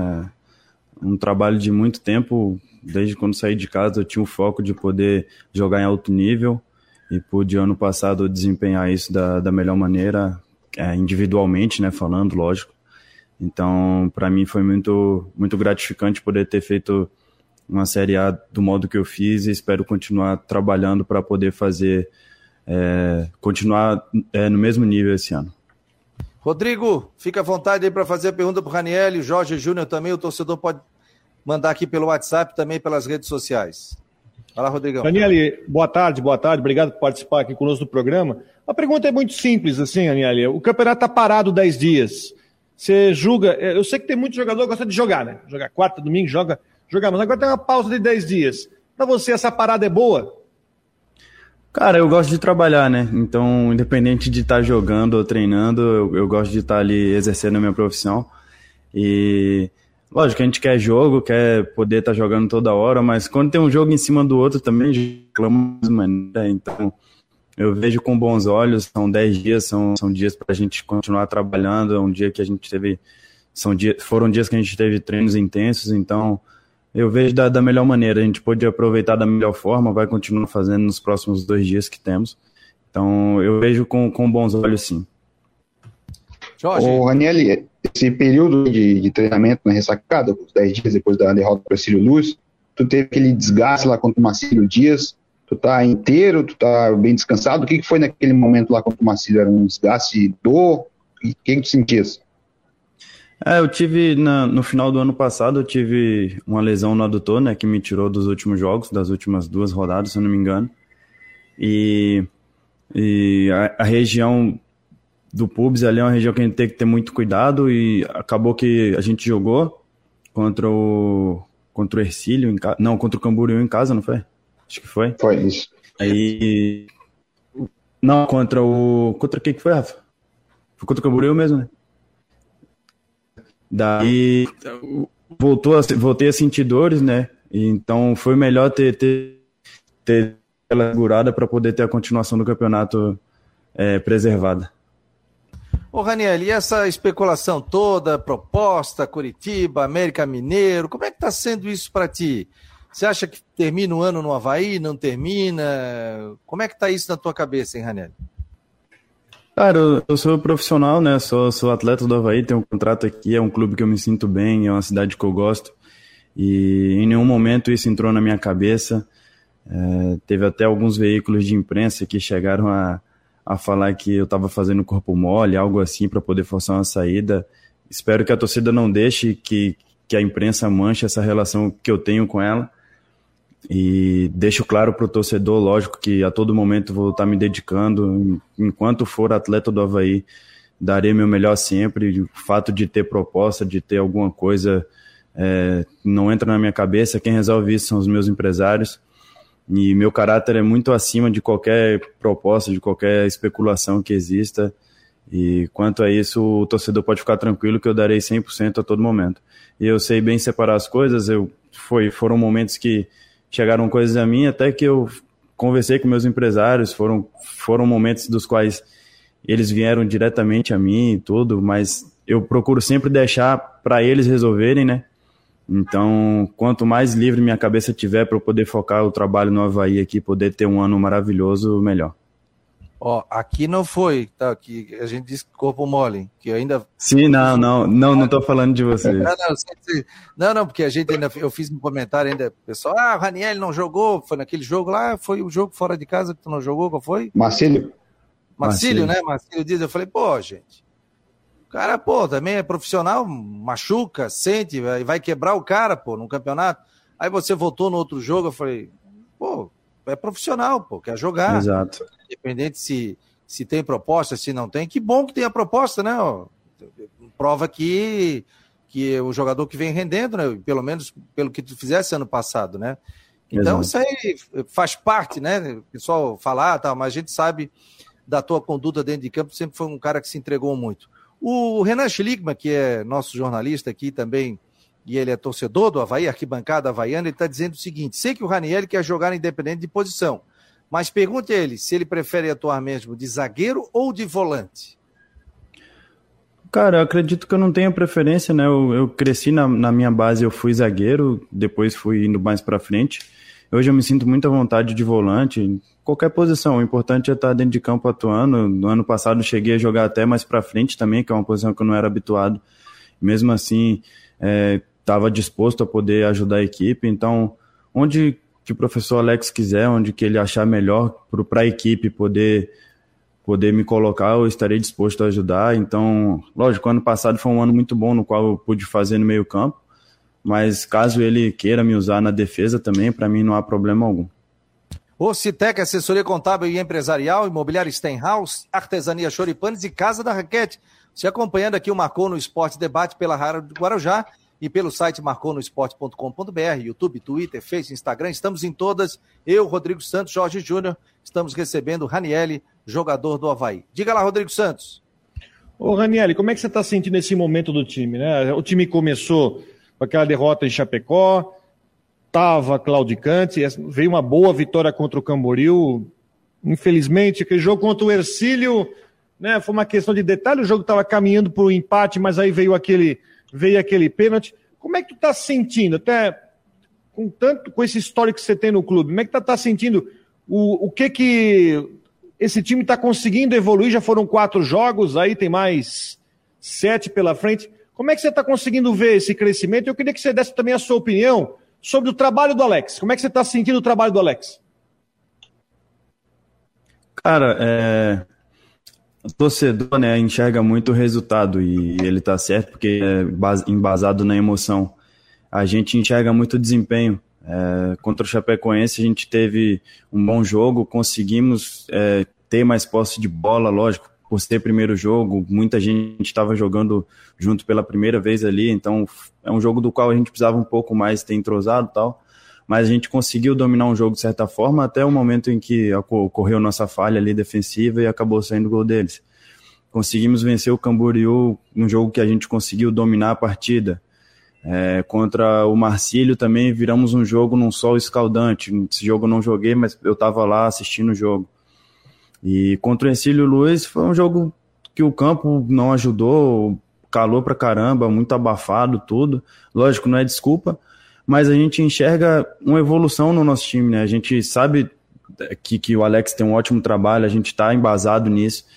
Um trabalho de muito tempo, desde quando saí de casa eu tinha o foco de poder jogar em alto nível e pude ano passado desempenhar isso da melhor maneira, individualmente, né, falando, lógico. Então, para mim foi muito, muito gratificante poder ter feito uma Série A do modo que eu fiz e espero continuar trabalhando para poder fazer, continuar no mesmo nível esse ano. Rodrigo, fica à vontade aí para fazer a pergunta para o Ranielli, o Jorge Júnior também, o torcedor pode mandar aqui pelo WhatsApp, também pelas redes sociais. Fala, Rodrigão. Ranielli, boa tarde, obrigado por participar aqui conosco do programa. A pergunta é muito simples, assim, Ranielli, o campeonato está parado 10 dias. Você julga, eu sei que tem muito jogador que gosta de jogar, né? Jogar quarta, domingo, joga, mas agora tem uma pausa de 10 dias. Para você, essa parada é boa? Cara, eu gosto de trabalhar, né? Então, independente de estar jogando ou treinando, eu gosto de estar ali exercendo a minha profissão. E, lógico, que a gente quer jogo, quer poder estar jogando toda hora, mas quando tem um jogo em cima do outro também reclama de maneira. Então, eu vejo com bons olhos, são 10 dias, são dias para a gente continuar trabalhando, é um dia que a gente teve, foram dias que a gente teve treinos intensos, então eu vejo da melhor maneira, a gente pôde aproveitar da melhor forma, vai continuar fazendo nos próximos 2 dias que temos, então eu vejo com bons olhos sim. Jorge. Ô, Ranielli, esse período de treinamento na ressacada, os 10 dias depois da derrota para o Círio Luz, tu teve aquele desgaste lá contra o Marcílio Dias. Tu tá inteiro, tu tá bem descansado? O que foi naquele momento lá contra o Marcílio? Era um desgaste, dor? O que tu sentias? Eu tive, no final do ano passado, eu tive uma lesão no adutor, né, que me tirou dos últimos jogos, das últimas 2 rodadas, se eu não me engano. E a região do pubis ali é uma região que a gente tem que ter muito cuidado e acabou que a gente jogou contra o Hercílio, contra o Camboriú em casa, não foi? Acho que foi. Foi isso. Aí. Não, contra quem que foi, Rafa? Foi contra o Camboriú mesmo, né? Daí. Voltei a sentir dores, né? E então foi melhor ter ela segurada para poder ter a continuação do campeonato preservada. Ô, Ranielli, e essa especulação toda, proposta, Curitiba, América Mineiro, como é que está sendo isso para ti? Você acha que termina o ano no Avaí, não termina? Como é que tá isso na tua cabeça, hein, Ranielli? Cara, eu sou profissional, né? Sou atleta do Avaí, tenho um contrato aqui, é um clube que eu me sinto bem, é uma cidade que eu gosto. e em nenhum momento isso entrou na minha cabeça. Teve até alguns veículos de imprensa que chegaram a falar que eu estava fazendo corpo mole, algo assim, para poder forçar uma saída. Espero que a torcida não deixe que a imprensa manche essa relação que eu tenho com ela. E deixo claro para o torcedor, lógico, que a todo momento vou estar me dedicando. Enquanto for atleta do Avaí, darei meu melhor sempre. O fato de ter proposta, de ter alguma coisa, não entra na minha cabeça. Quem resolve isso são os meus empresários. E meu caráter é muito acima de qualquer proposta, de qualquer especulação que exista. E quanto a isso, o torcedor pode ficar tranquilo que eu darei 100% a todo momento. E eu sei bem separar as coisas. Foram momentos que chegaram coisas a mim, até que eu conversei com meus empresários. Foram momentos dos quais eles vieram diretamente a mim e tudo, mas eu procuro sempre deixar para eles resolverem, né? Então, quanto mais livre minha cabeça tiver para eu poder focar o trabalho no Avaí aqui, poder ter um ano maravilhoso, melhor. Aqui não foi, tá? Que a gente disse corpo mole, que ainda... Sim, não tô falando de você. Não, porque a gente ainda... Eu fiz um comentário ainda, pessoal, o Raniel não jogou, foi naquele jogo lá, foi o jogo fora de casa que tu não jogou, qual foi? Marcílio, né? Marcílio Dias, eu falei, gente... O cara, também é profissional, machuca, sente, vai quebrar o cara, no campeonato. Aí você voltou no outro jogo, eu falei, é profissional, quer jogar. Exato. Independente se tem proposta, se não tem. Que bom que tem a proposta, né? Prova que o jogador que vem rendendo, né? Pelo menos pelo que tu fizesse ano passado, né? Então, Isso aí faz parte, né? O pessoal falar, mas a gente sabe da tua conduta dentro de campo, sempre foi um cara que se entregou muito. O Renan Schlickman, que é nosso jornalista aqui também, e ele é torcedor do Avaí, arquibancada havaiana, ele está dizendo o seguinte: sei que o Raniel quer jogar independente de posição, mas pergunte a ele se ele prefere atuar mesmo de zagueiro ou de volante. Cara, eu acredito que eu não tenho preferência, né? Eu cresci na minha base, eu fui zagueiro, depois fui indo mais para frente. Hoje eu me sinto muito à vontade de volante, qualquer posição. O importante é estar dentro de campo atuando. No ano passado cheguei a jogar até mais para frente também, que é uma posição que eu não era habituado. Mesmo assim, estava disposto a poder ajudar a equipe. Então, onde que o professor Alex quiser, onde que ele achar melhor para a equipe poder me colocar, eu estarei disposto a ajudar. Então, lógico, ano passado foi um ano muito bom, no qual eu pude fazer no meio campo. Mas caso ele queira me usar na defesa também, para mim não há problema algum. Ocitec, assessoria contábil e empresarial, imobiliário Stenhouse, artesania Choripanes e Casa da Raquete. Você acompanhando aqui o Marcou no Esporte Debate pela Rádio do Guarujá e pelo site marconosport.com.br, YouTube, Twitter, Facebook, Instagram, estamos em todas. Eu, Rodrigo Santos, Jorge Júnior, estamos recebendo o Raniel, jogador do Avaí. Diga lá, Rodrigo Santos. Ô Raniel, como é que você está sentindo esse momento do time, né? O time começou com aquela derrota em Chapecó, estava claudicante, veio uma boa vitória contra o Camboriú. Infelizmente, aquele jogo contra o Hercílio, né, foi uma questão de detalhe, o jogo estava caminhando para o empate, mas aí veio aquele pênalti. Como é que tu está sentindo, até com esse histórico que você tem no clube, como é que tu está sentindo o que esse time está conseguindo evoluir? Já foram 4 jogos, aí tem mais 7 pela frente. Como é que você está conseguindo ver esse crescimento? Eu queria que você desse também a sua opinião sobre o trabalho do Alex. Como é que você está sentindo o trabalho do Alex? Cara, o torcedor, né, enxerga muito o resultado e ele está certo porque é embasado na emoção. A gente enxerga muito o desempenho. Contra o Chapecoense a gente teve um bom jogo, conseguimos ter mais posse de bola, lógico. Por ser primeiro jogo, muita gente estava jogando junto pela primeira vez ali, então é um jogo do qual a gente precisava um pouco mais ter entrosado e tal, mas a gente conseguiu dominar um jogo de certa forma até o momento em que ocorreu nossa falha ali defensiva e acabou saindo o gol deles. Conseguimos vencer o Camboriú num jogo que a gente conseguiu dominar a partida. Contra o Marcílio também viramos um jogo num sol escaldante. Esse jogo eu não joguei, mas eu estava lá assistindo o jogo. E contra o Hercílio Luz foi um jogo que o campo não ajudou, calor pra caramba, muito abafado, tudo. Lógico, não é desculpa, mas a gente enxerga uma evolução no nosso time, né? A gente sabe que o Alex tem um ótimo trabalho, a gente tá embasado nisso.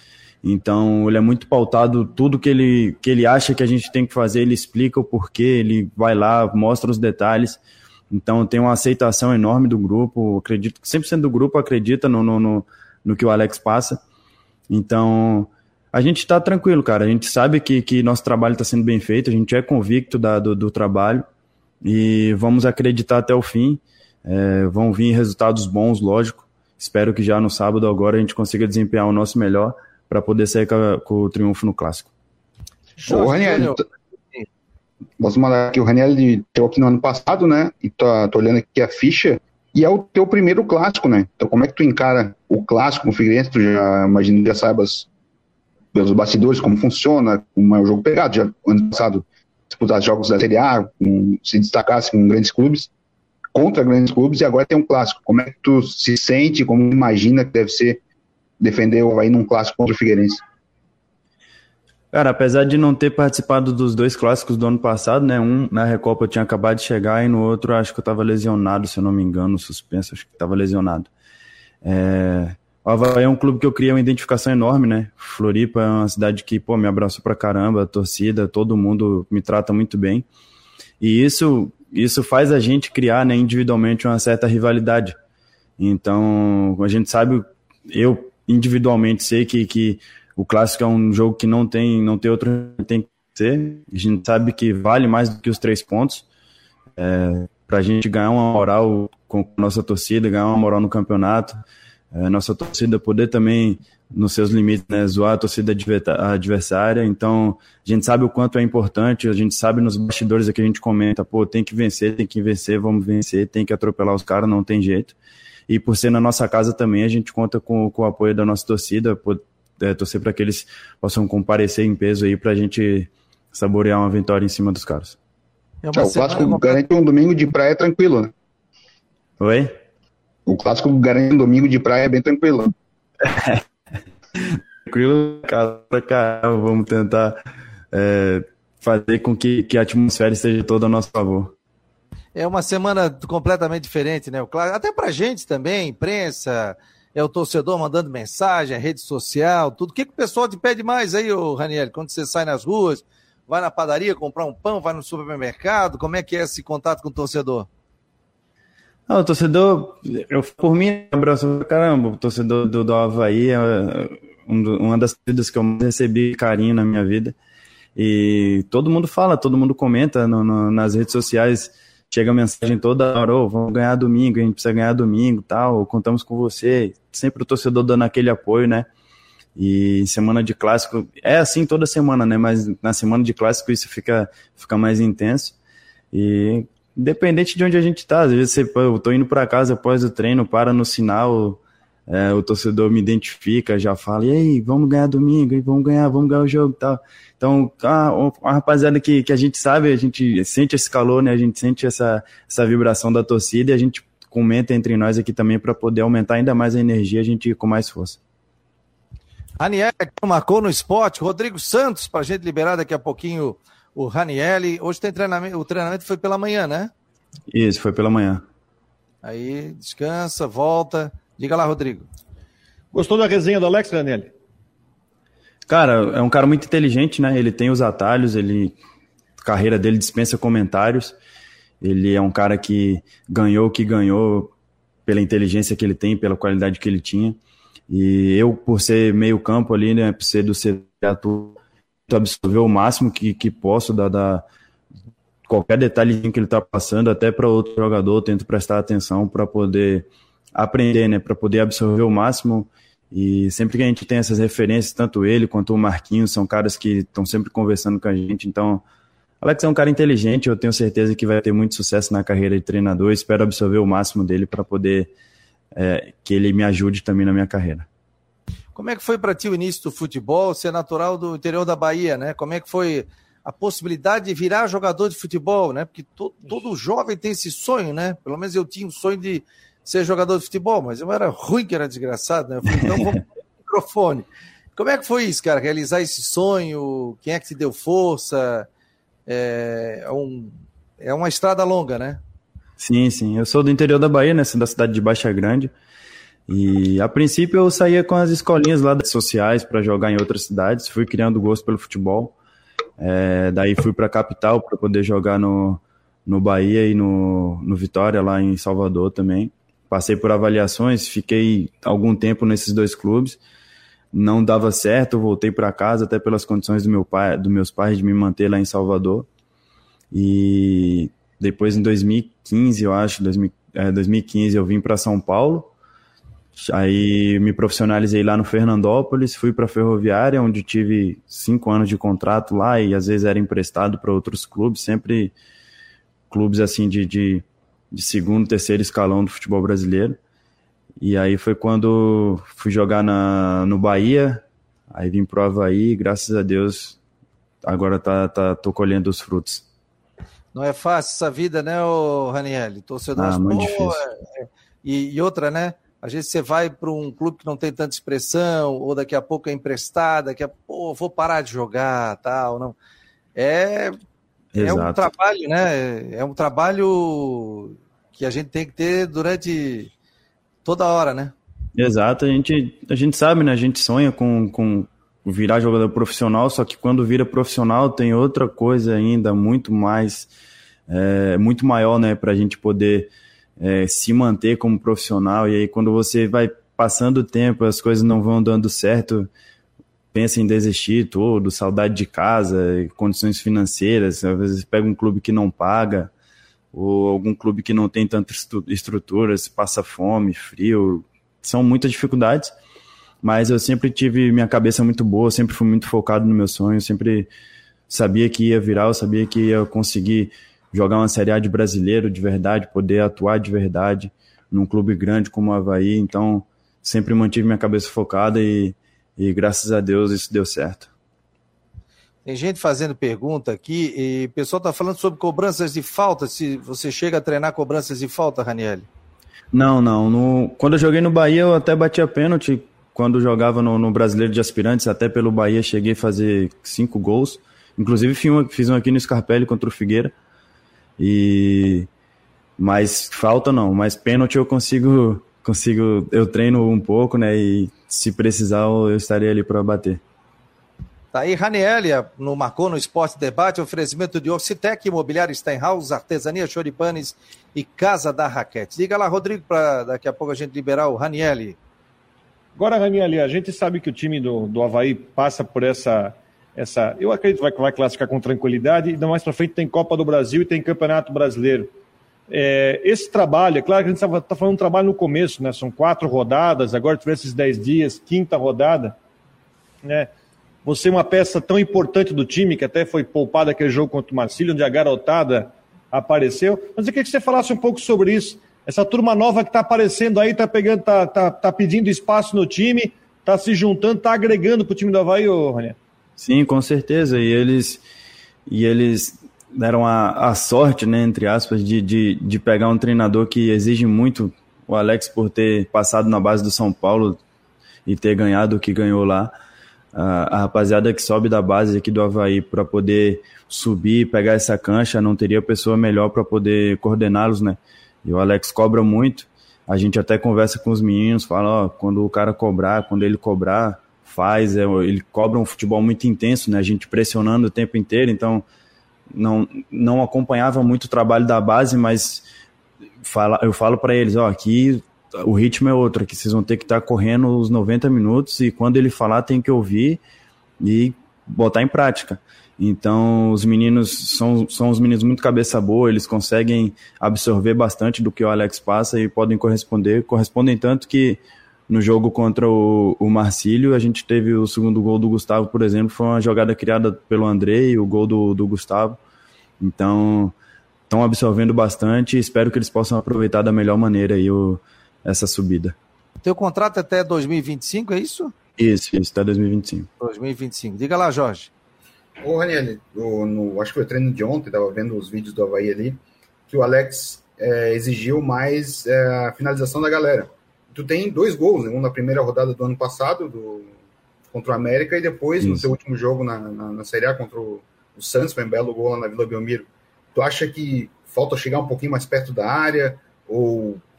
Então, ele é muito pautado, tudo que ele acha que a gente tem que fazer, ele explica o porquê, ele vai lá, mostra os detalhes. Então, tem uma aceitação enorme do grupo, acredito que 100% do grupo acredita no que o Alex passa. Então, a gente está tranquilo, cara, a gente sabe que nosso trabalho está sendo bem feito, a gente é convicto do trabalho e vamos acreditar até o fim. Vão vir resultados bons, lógico. Espero que já no sábado agora a gente consiga desempenhar o nosso melhor para poder sair com o triunfo no Clássico. O Raniel, posso mandar aqui, o Raniel teve aqui no ano passado, né? E tô olhando aqui a ficha, e é o teu primeiro Clássico, né? Então como é que tu encara o Clássico no Figueirense? Tu já saibas pelos bastidores como funciona, como é o jogo pegado. Já ano passado disputasse jogos da Série A, se destacasse com grandes clubes, contra grandes clubes, e agora tem um Clássico. Como é que tu se sente, como imagina que deve ser defender o Avaí num Clássico contra o Figueirense? Cara, apesar de não ter participado dos 2 clássicos do ano passado, né? Um na Recopa eu tinha acabado de chegar e no outro acho que eu estava lesionado, se eu não me engano, suspenso, acho que estava lesionado. O Avaí é um clube que eu criei uma identificação enorme, né? Floripa é uma cidade que, me abraçou pra caramba, a torcida, todo mundo me trata muito bem. E isso faz a gente criar, né, individualmente uma certa rivalidade. Então, a gente sabe, eu individualmente sei que o Clássico é um jogo que não tem outro que tem que ser. A gente sabe que vale mais do que os 3 pontos. Para a gente ganhar uma moral com a nossa torcida, ganhar uma moral no campeonato, nossa torcida poder também, nos seus limites, né, zoar a torcida adversária. Então, a gente sabe o quanto é importante, a gente sabe nos bastidores que a gente comenta, tem que vencer, vamos vencer, tem que atropelar os caras, não tem jeito. E por ser na nossa casa também, a gente conta com o apoio da nossa torcida, torcer para que eles possam comparecer em peso aí para a gente saborear uma vitória em cima dos caras. O Clássico garante um domingo de praia tranquilo, né? Oi? O Clássico garante um domingo de praia bem tranquilo. Tranquilo, cara, vamos tentar fazer com que a atmosfera esteja toda a nosso favor. É uma semana completamente diferente, né? Até pra gente também, imprensa, o torcedor mandando mensagem, a rede social, tudo. O que o pessoal te pede mais aí, ô Raniel, quando você sai nas ruas, vai na padaria comprar um pão, vai no supermercado, como é que é esse contato com o torcedor? O torcedor, por mim, abraço pra caramba. O torcedor do Avaí é uma das torcidas que eu mais recebi carinho na minha vida. E todo mundo fala, todo mundo comenta nas redes sociais. Chega a mensagem toda hora, vamos ganhar domingo, a gente precisa ganhar domingo, tal, contamos com você. Sempre o torcedor dando aquele apoio, né? E semana de Clássico, é assim toda semana, né? Mas na semana de Clássico isso fica mais intenso. E independente de onde a gente tá, às vezes eu tô indo para casa após o treino, para no sinal, o torcedor me identifica, já fala, e aí, vamos ganhar domingo, vamos ganhar o jogo e tal. Então, a rapaziada que a gente sabe, a gente sente esse calor, né? A gente sente essa vibração da torcida e a gente comenta entre nós aqui também para poder aumentar ainda mais a energia, a gente ir com mais força. Raniel, que marcou no esporte, Rodrigo Santos, para a gente liberar daqui a pouquinho o Raniel. Hoje tem treinamento, o treinamento foi pela manhã, né? Isso, foi pela manhã. Aí, descansa, volta. Diga lá, Rodrigo. Gostou da resenha do Alex, Raniel? Cara, é um cara muito inteligente, né? Ele tem os atalhos, a carreira dele dispensa comentários. Ele é um cara que ganhou pela inteligência que ele tem, pela qualidade que ele tinha. E eu, por ser meio campo ali, né? Por ser do setor, absorver o máximo que posso da qualquer detalhe que ele está passando, até para outro jogador, tento prestar atenção para poder aprender, né? Para poder absorver o máximo. E sempre que a gente tem essas referências, tanto ele quanto o Marquinhos, são caras que estão sempre conversando com a gente. Então, Alex é um cara inteligente, eu tenho certeza que vai ter muito sucesso na carreira de treinador. Espero absorver o máximo dele para poder que ele me ajude também na minha carreira. Como é que foi para ti o início do futebol? Você é natural do interior da Bahia, né? Como é que foi a possibilidade de virar jogador de futebol, né? Porque todo jovem tem esse sonho, né? Pelo menos eu tinha um sonho de ser jogador de futebol, mas eu era ruim, que era desgraçado, né? Eu falei, então vamos pro microfone. Como é que foi isso, cara? Realizar esse sonho? Quem é que te deu força? É uma estrada longa, né? Sim. Eu sou do interior da Bahia, né? Sou da cidade de Baixa Grande. E a princípio eu saía com as escolinhas lá das sociais para jogar em outras cidades, fui criando gosto pelo futebol. Daí fui para a capital para poder jogar no Bahia e no Vitória, lá em Salvador também. Passei por avaliações, fiquei algum tempo nesses 2 clubes, não dava certo, voltei para casa, até pelas condições dos meus pais de me manter lá em Salvador. E depois em 2015, eu acho, 2015 eu vim para São Paulo, aí me profissionalizei lá no Fernandópolis, fui para a Ferroviária, onde tive 5 anos de contrato lá e às vezes era emprestado para outros clubes, sempre clubes assim de segundo, terceiro escalão do futebol brasileiro. E aí foi quando fui jogar no Bahia, aí vim pro Avaí, graças a Deus agora tô colhendo os frutos. Não é fácil essa vida, né, Raniel? Torcedor, muito difícil. E outra, né? Às vezes você vai para um clube que não tem tanta expressão, ou daqui a pouco é emprestado, daqui a pouco vou parar de jogar, tal, não. É um trabalho, né? É um trabalho que a gente tem que ter durante toda hora, né? Exato, a gente sabe, né? A gente sonha com virar jogador profissional, só que quando vira profissional tem outra coisa ainda muito maior, né? Pra gente poder se manter como profissional. E aí quando você vai passando o tempo, as coisas não vão dando certo, pensa em desistir tudo, saudade de casa, condições financeiras, às vezes pega um clube que não paga, ou algum clube que não tem tanta estrutura, se passa fome, frio, são muitas dificuldades, mas eu sempre tive minha cabeça muito boa, sempre fui muito focado no meu sonho, sempre sabia que ia virar, eu sabia que ia conseguir jogar uma Série A de brasileiro de verdade, poder atuar de verdade num clube grande como o Avaí, então sempre mantive minha cabeça focada e graças a Deus isso deu certo. Tem gente fazendo pergunta aqui e o pessoal está falando sobre cobranças de falta, se você chega a treinar cobranças de falta, Raniel? Não. Quando eu joguei no Bahia eu até batia pênalti, quando jogava no Brasileiro de Aspirantes, até pelo Bahia cheguei a fazer 5 gols, inclusive fiz um aqui no Scarpelli contra o Figueira, mas falta não, mas pênalti eu consigo, eu treino um pouco, né, e se precisar eu estarei ali para bater. Tá aí, Raniel, marcou no Esporte Debate, oferecimento de Ocitec, Imobiliário Steinhaus, Artesania Choripanes e Casa da Raquete. Diga lá, Rodrigo, para daqui a pouco a gente liberar o Raniel. Agora, Raniel, a gente sabe que o time do Avaí passa por essa eu acredito que vai classificar com tranquilidade, e mais para frente tem Copa do Brasil e tem Campeonato Brasileiro. Esse trabalho, é claro que a gente está falando um trabalho no começo, né? São 4 rodadas, agora tivemos esses 10 dias, 5ª rodada, né? Você é uma peça tão importante do time, que até foi poupada aquele jogo contra o Marcílio, onde a garotada apareceu. Mas eu queria que você falasse um pouco sobre isso. Essa turma nova que está aparecendo aí, tá pedindo espaço no time, está se juntando, está agregando para o time do Avaí, Raniel? Sim, com certeza. E eles deram a sorte, né, entre aspas, de pegar um treinador que exige muito, o Alex, por ter passado na base do São Paulo e ter ganhado o que ganhou lá. A rapaziada que sobe da base aqui do Avaí para poder subir, pegar essa cancha, não teria pessoa melhor para poder coordená-los, né? E o Alex cobra muito. A gente até conversa com os meninos, fala, quando o cara cobrar, quando ele cobrar, ele cobra um futebol muito intenso, né? A gente pressionando o tempo inteiro, então não acompanhava muito o trabalho da base, mas eu falo para eles, aqui o ritmo é outro, aqui vocês vão ter que estar correndo os 90 minutos e quando ele falar tem que ouvir e botar em prática. Então os meninos são os meninos muito cabeça boa, eles conseguem absorver bastante do que o Alex passa e podem correspondem tanto que no jogo contra o Marcílio a gente teve o segundo gol do Gustavo, por exemplo, foi uma jogada criada pelo André e o gol do Gustavo. Então estão absorvendo bastante e espero que eles possam aproveitar da melhor maneira aí essa subida. Teu contrato é até 2025, é isso? Isso, até 2025. 2025. Diga lá, Jorge. Ô, Raniel, acho que foi o treino de ontem, estava vendo os vídeos do Avaí ali, que o Alex exigiu mais a finalização da galera. Tu tem 2 gols, né? Um na primeira rodada do ano passado, contra o América, e depois, no seu último jogo na Série A contra o Santos, foi um belo gol lá na Vila Belmiro. Tu acha que falta chegar um pouquinho mais perto da área, ou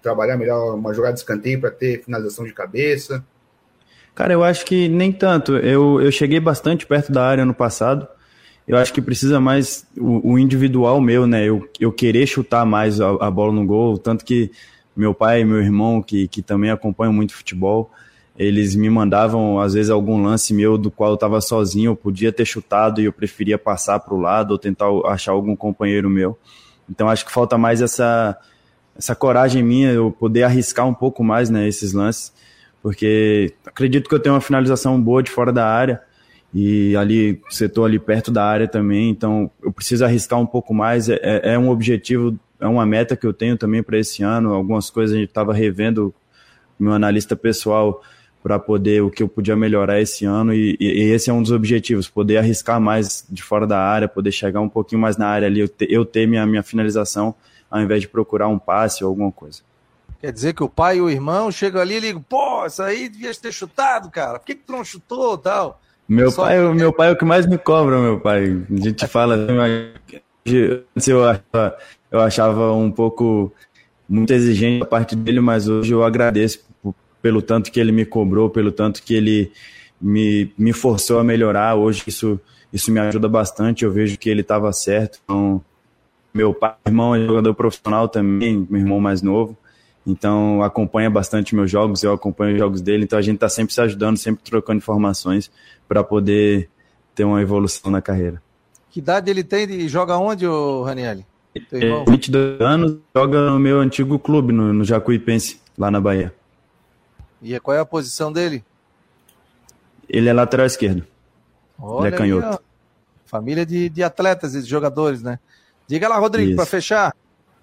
trabalhar melhor uma jogada de escanteio para ter finalização de cabeça? Cara, eu acho que nem tanto. Eu cheguei bastante perto da área ano passado. Eu acho que precisa mais o individual meu, né? Eu querer chutar mais a bola no gol, tanto que meu pai e meu irmão, que também acompanham muito futebol, eles me mandavam, às vezes, algum lance meu do qual eu estava sozinho, eu podia ter chutado e eu preferia passar para o lado ou tentar achar algum companheiro meu. Então, acho que falta mais essa coragem minha, eu poder arriscar um pouco mais, né, esses lances, porque acredito que eu tenho uma finalização boa de fora da área, e ali, setor ali perto da área também, então eu preciso arriscar um pouco mais, é um objetivo, é uma meta que eu tenho também para esse ano. Algumas coisas a gente estava revendo, meu analista pessoal, para poder, o que eu podia melhorar esse ano, e esse é um dos objetivos, poder arriscar mais de fora da área, poder chegar um pouquinho mais na área ali, eu ter minha finalização, ao invés de procurar um passe ou alguma coisa. Quer dizer que o pai e o irmão chegam ali e ligam, pô, isso aí devia ter chutado, cara, por que tu não chutou, tal? Meu pai é o que mais me cobra, meu pai. A gente fala, antes eu achava um pouco muito exigente a parte dele, mas hoje eu agradeço pelo tanto que ele me cobrou, pelo tanto que ele me forçou a melhorar. Hoje isso me ajuda bastante, eu vejo que ele estava certo. Então, meu pai, irmão, é jogador profissional também, meu irmão mais novo, então acompanha bastante meus jogos, eu acompanho os jogos dele, então a gente está sempre se ajudando, sempre trocando informações para poder ter uma evolução na carreira. Que idade ele tem e joga onde, Ranieri? 22 anos, joga no meu antigo clube, no Jacuipense, lá na Bahia. E qual é a posição dele? Ele é lateral esquerdo. Olha, ele é canhoto. Aí, família de atletas e de jogadores, né? Diga lá, Rodrigo, para fechar.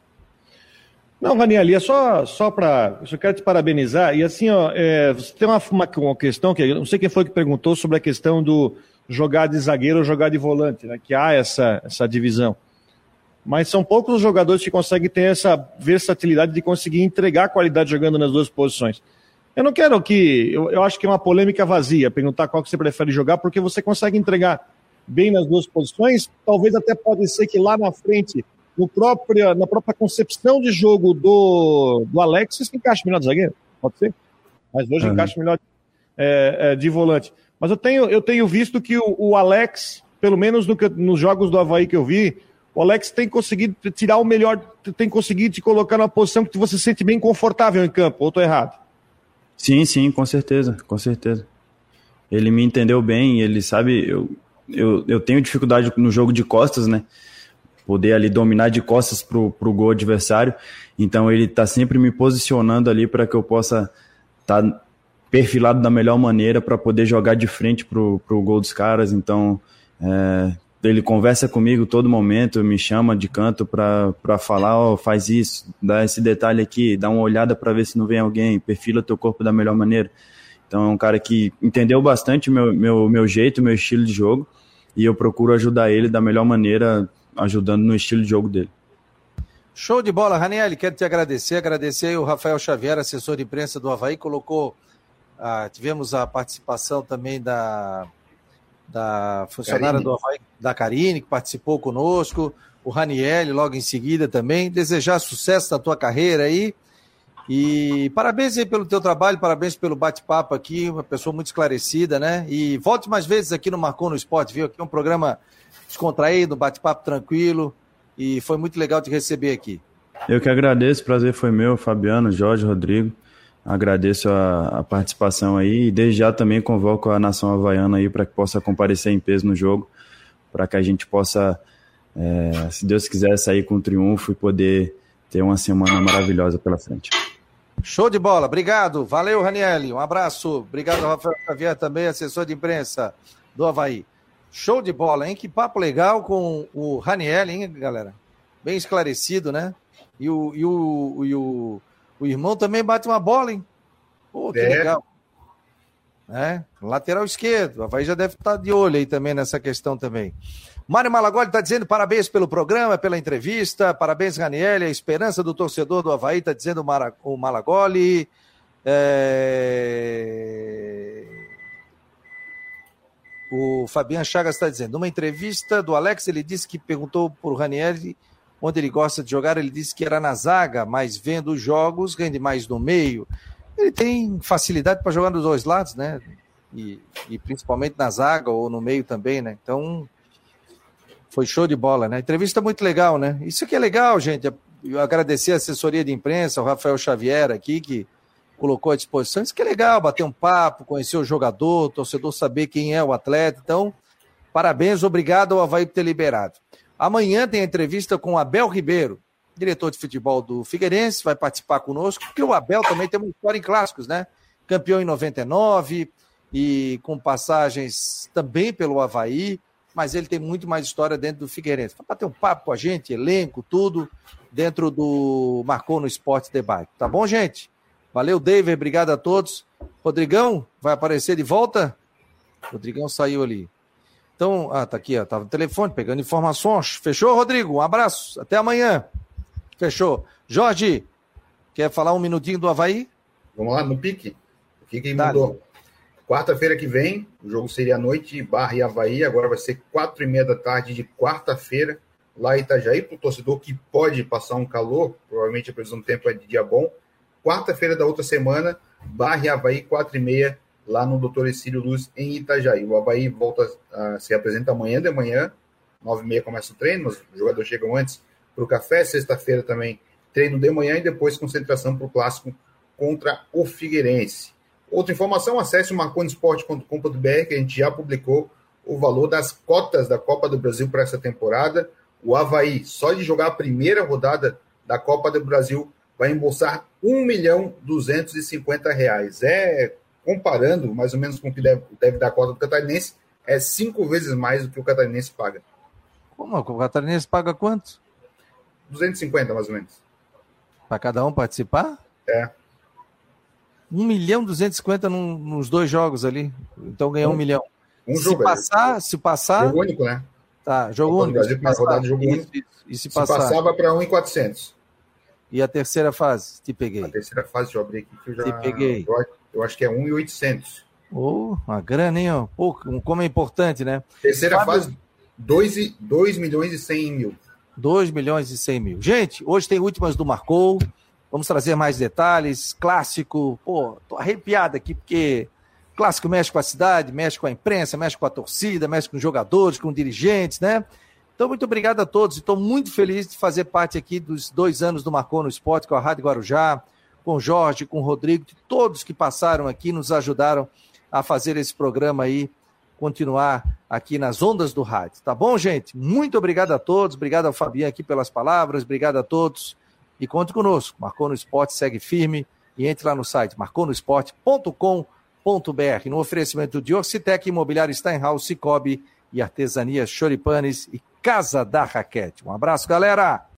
Não, Ranieri, é só para... Eu só quero te parabenizar. E assim, você tem uma questão que eu não sei quem foi que perguntou sobre a questão do jogar de zagueiro ou jogar de volante, né? Que há essa divisão. Mas são poucos os jogadores que conseguem ter essa versatilidade de conseguir entregar qualidade jogando nas duas posições. Eu não quero que... Eu acho que é uma polêmica vazia perguntar qual que você prefere jogar, porque você consegue entregar bem nas duas posições. Talvez até pode ser que lá na frente... na própria concepção de jogo do Alex, se encaixa melhor de zagueiro, pode ser, mas hoje encaixa melhor de volante. Mas eu tenho visto que o Alex, pelo menos nos jogos do Avaí que eu vi, o Alex tem conseguido tirar o melhor, tem conseguido te colocar numa posição que você se sente bem confortável em campo, ou estou errado? Sim, com certeza. Ele me entendeu bem, ele sabe, eu tenho dificuldade no jogo de costas, né? Poder ali dominar de costas pro gol adversário, então ele tá sempre me posicionando ali para que eu possa estar perfilado da melhor maneira para poder jogar de frente pro gol dos caras. Então ele conversa comigo todo momento, me chama de canto para falar, faz isso, dá esse detalhe aqui, dá uma olhada para ver se não vem alguém, perfila teu corpo da melhor maneira. Então é um cara que entendeu bastante meu jeito, meu estilo de jogo, e eu procuro ajudar ele da melhor maneira, ajudando no estilo de jogo dele. Show de bola, Ranieri, quero te agradecer aí o Rafael Xavier, assessor de imprensa do Avaí, tivemos a participação também da funcionária Carine. Do Avaí, da Karine, que participou conosco, o Ranieri logo em seguida também, desejar sucesso na tua carreira aí, e parabéns aí pelo teu trabalho, parabéns pelo bate-papo aqui, uma pessoa muito esclarecida, né, e volte mais vezes aqui no Marcou no Esporte, viu, aqui é um programa descontraído, bate-papo tranquilo, e foi muito legal te receber aqui. Eu que agradeço, o prazer foi meu, Fabiano, Jorge, Rodrigo, agradeço a participação aí, e desde já também convoco a nação havaiana aí para que possa comparecer em peso no jogo, para que a gente possa, se Deus quiser, sair com triunfo e poder ter uma semana maravilhosa pela frente. Show de bola, obrigado, valeu, Ranieri, um abraço, obrigado, Rafael Xavier também, assessor de imprensa do Avaí. Show de bola, hein? Que papo legal com o Ranieri, hein, galera? Bem esclarecido, né? E o irmão também bate uma bola, hein? Pô, que legal. Lateral esquerdo. O Avaí já deve estar de olho aí também nessa questão também. Mário Malagoli está dizendo parabéns pelo programa, pela entrevista. Parabéns, Ranieri. A esperança do torcedor do Avaí, está dizendo o Malagoli. O Fabiano Chagas está dizendo, numa entrevista do Alex, ele disse que perguntou para o Ranieri onde ele gosta de jogar. Ele disse que era na zaga, mas vendo os jogos, rende mais no meio. Ele tem facilidade para jogar dos dois lados, né? E principalmente na zaga ou no meio também, né? Então, foi show de bola, né? Entrevista muito legal, né? Isso que é legal, gente. Eu agradecer a assessoria de imprensa, o Rafael Xavier aqui, que colocou à disposição. Isso que é legal, bater um papo, conhecer o jogador, o torcedor saber quem é o atleta. Então, parabéns, obrigado ao Avaí por ter liberado. Amanhã tem a entrevista com o Abel Ribeiro, diretor de futebol do Figueirense, vai participar conosco, porque o Abel também tem uma história em clássicos, né? Campeão em 99 e com passagens também pelo Avaí, mas ele tem muito mais história dentro do Figueirense. Vai bater um papo com a gente, elenco, tudo, dentro do Marcou no Esporte Debate. Tá bom, gente? Valeu, David, obrigado a todos. Rodrigão, vai aparecer de volta? Rodrigão saiu ali. Então, tá aqui, ó, tava no telefone, pegando informações. Fechou, Rodrigo? Um abraço, até amanhã. Fechou. Jorge, quer falar um minutinho do Avaí? Vamos lá, no pique. O que mudou? Quarta-feira que vem, o jogo seria à noite, Barra e Avaí, agora vai ser 4h30 da tarde de quarta-feira, lá em Itajaí, para o torcedor que pode passar um calor, provavelmente a previsão do tempo é de dia bom. Quarta-feira da outra semana, Barra e Avaí, 4h30, lá no Dr. Exílio Luz, em Itajaí. O Avaí volta a se apresenta amanhã de manhã, 9h30 começa o treino, os jogadores chegam antes para o café, sexta-feira também treino de manhã e depois concentração para o clássico contra o Figueirense. Outra informação, acesse o marconosport.com.br, que a gente já publicou o valor das cotas da Copa do Brasil para essa temporada. O Avaí, só de jogar a primeira rodada da Copa do Brasil, vai embolsar R$1.250. Comparando mais ou menos com o que deve dar a cota do Catarinense, é 5 vezes mais do que o Catarinense paga. Como? O Catarinense paga quanto? 250, mais ou menos. Para cada um participar? É. 1.250.000 nos 2 jogos ali. Então ganhou 1 milhão. Se passar... Jogo único, né? Tá, jogo único. Brasil, primeira rodada de jogo único. E se passar, vai para 1.400. E a terceira fase? Te peguei. A terceira fase, deixa eu abrir aqui. Que eu já... Te peguei. Eu acho que é 1.800. Uma grana, hein? Ó. Pô, como é importante, né? Terceira fase, 2.100.000. 2.100.000. Gente, hoje tem últimas do Marcou. Vamos trazer mais detalhes. Clássico. Pô, tô arrepiado aqui, porque clássico mexe com a cidade, mexe com a imprensa, mexe com a torcida, mexe com os jogadores, com dirigentes, né? Então, muito obrigado a todos. Estou muito feliz de fazer parte aqui dos 2 anos do Marcou no Esporte, com a Rádio Guarujá, com o Jorge, com o Rodrigo, de todos que passaram aqui, nos ajudaram a fazer esse programa aí, continuar aqui nas ondas do rádio. Tá bom, gente? Muito obrigado a todos, obrigado ao Fabiano aqui pelas palavras, obrigado a todos e conte conosco. Marcou no Esporte, segue firme e entre lá no site marconosport.com.br. No oferecimento de Orcitec, Imobiliário Steinhaus, Cicobi e Artesanias Choripanes e Casa da Raquete. Um abraço, galera!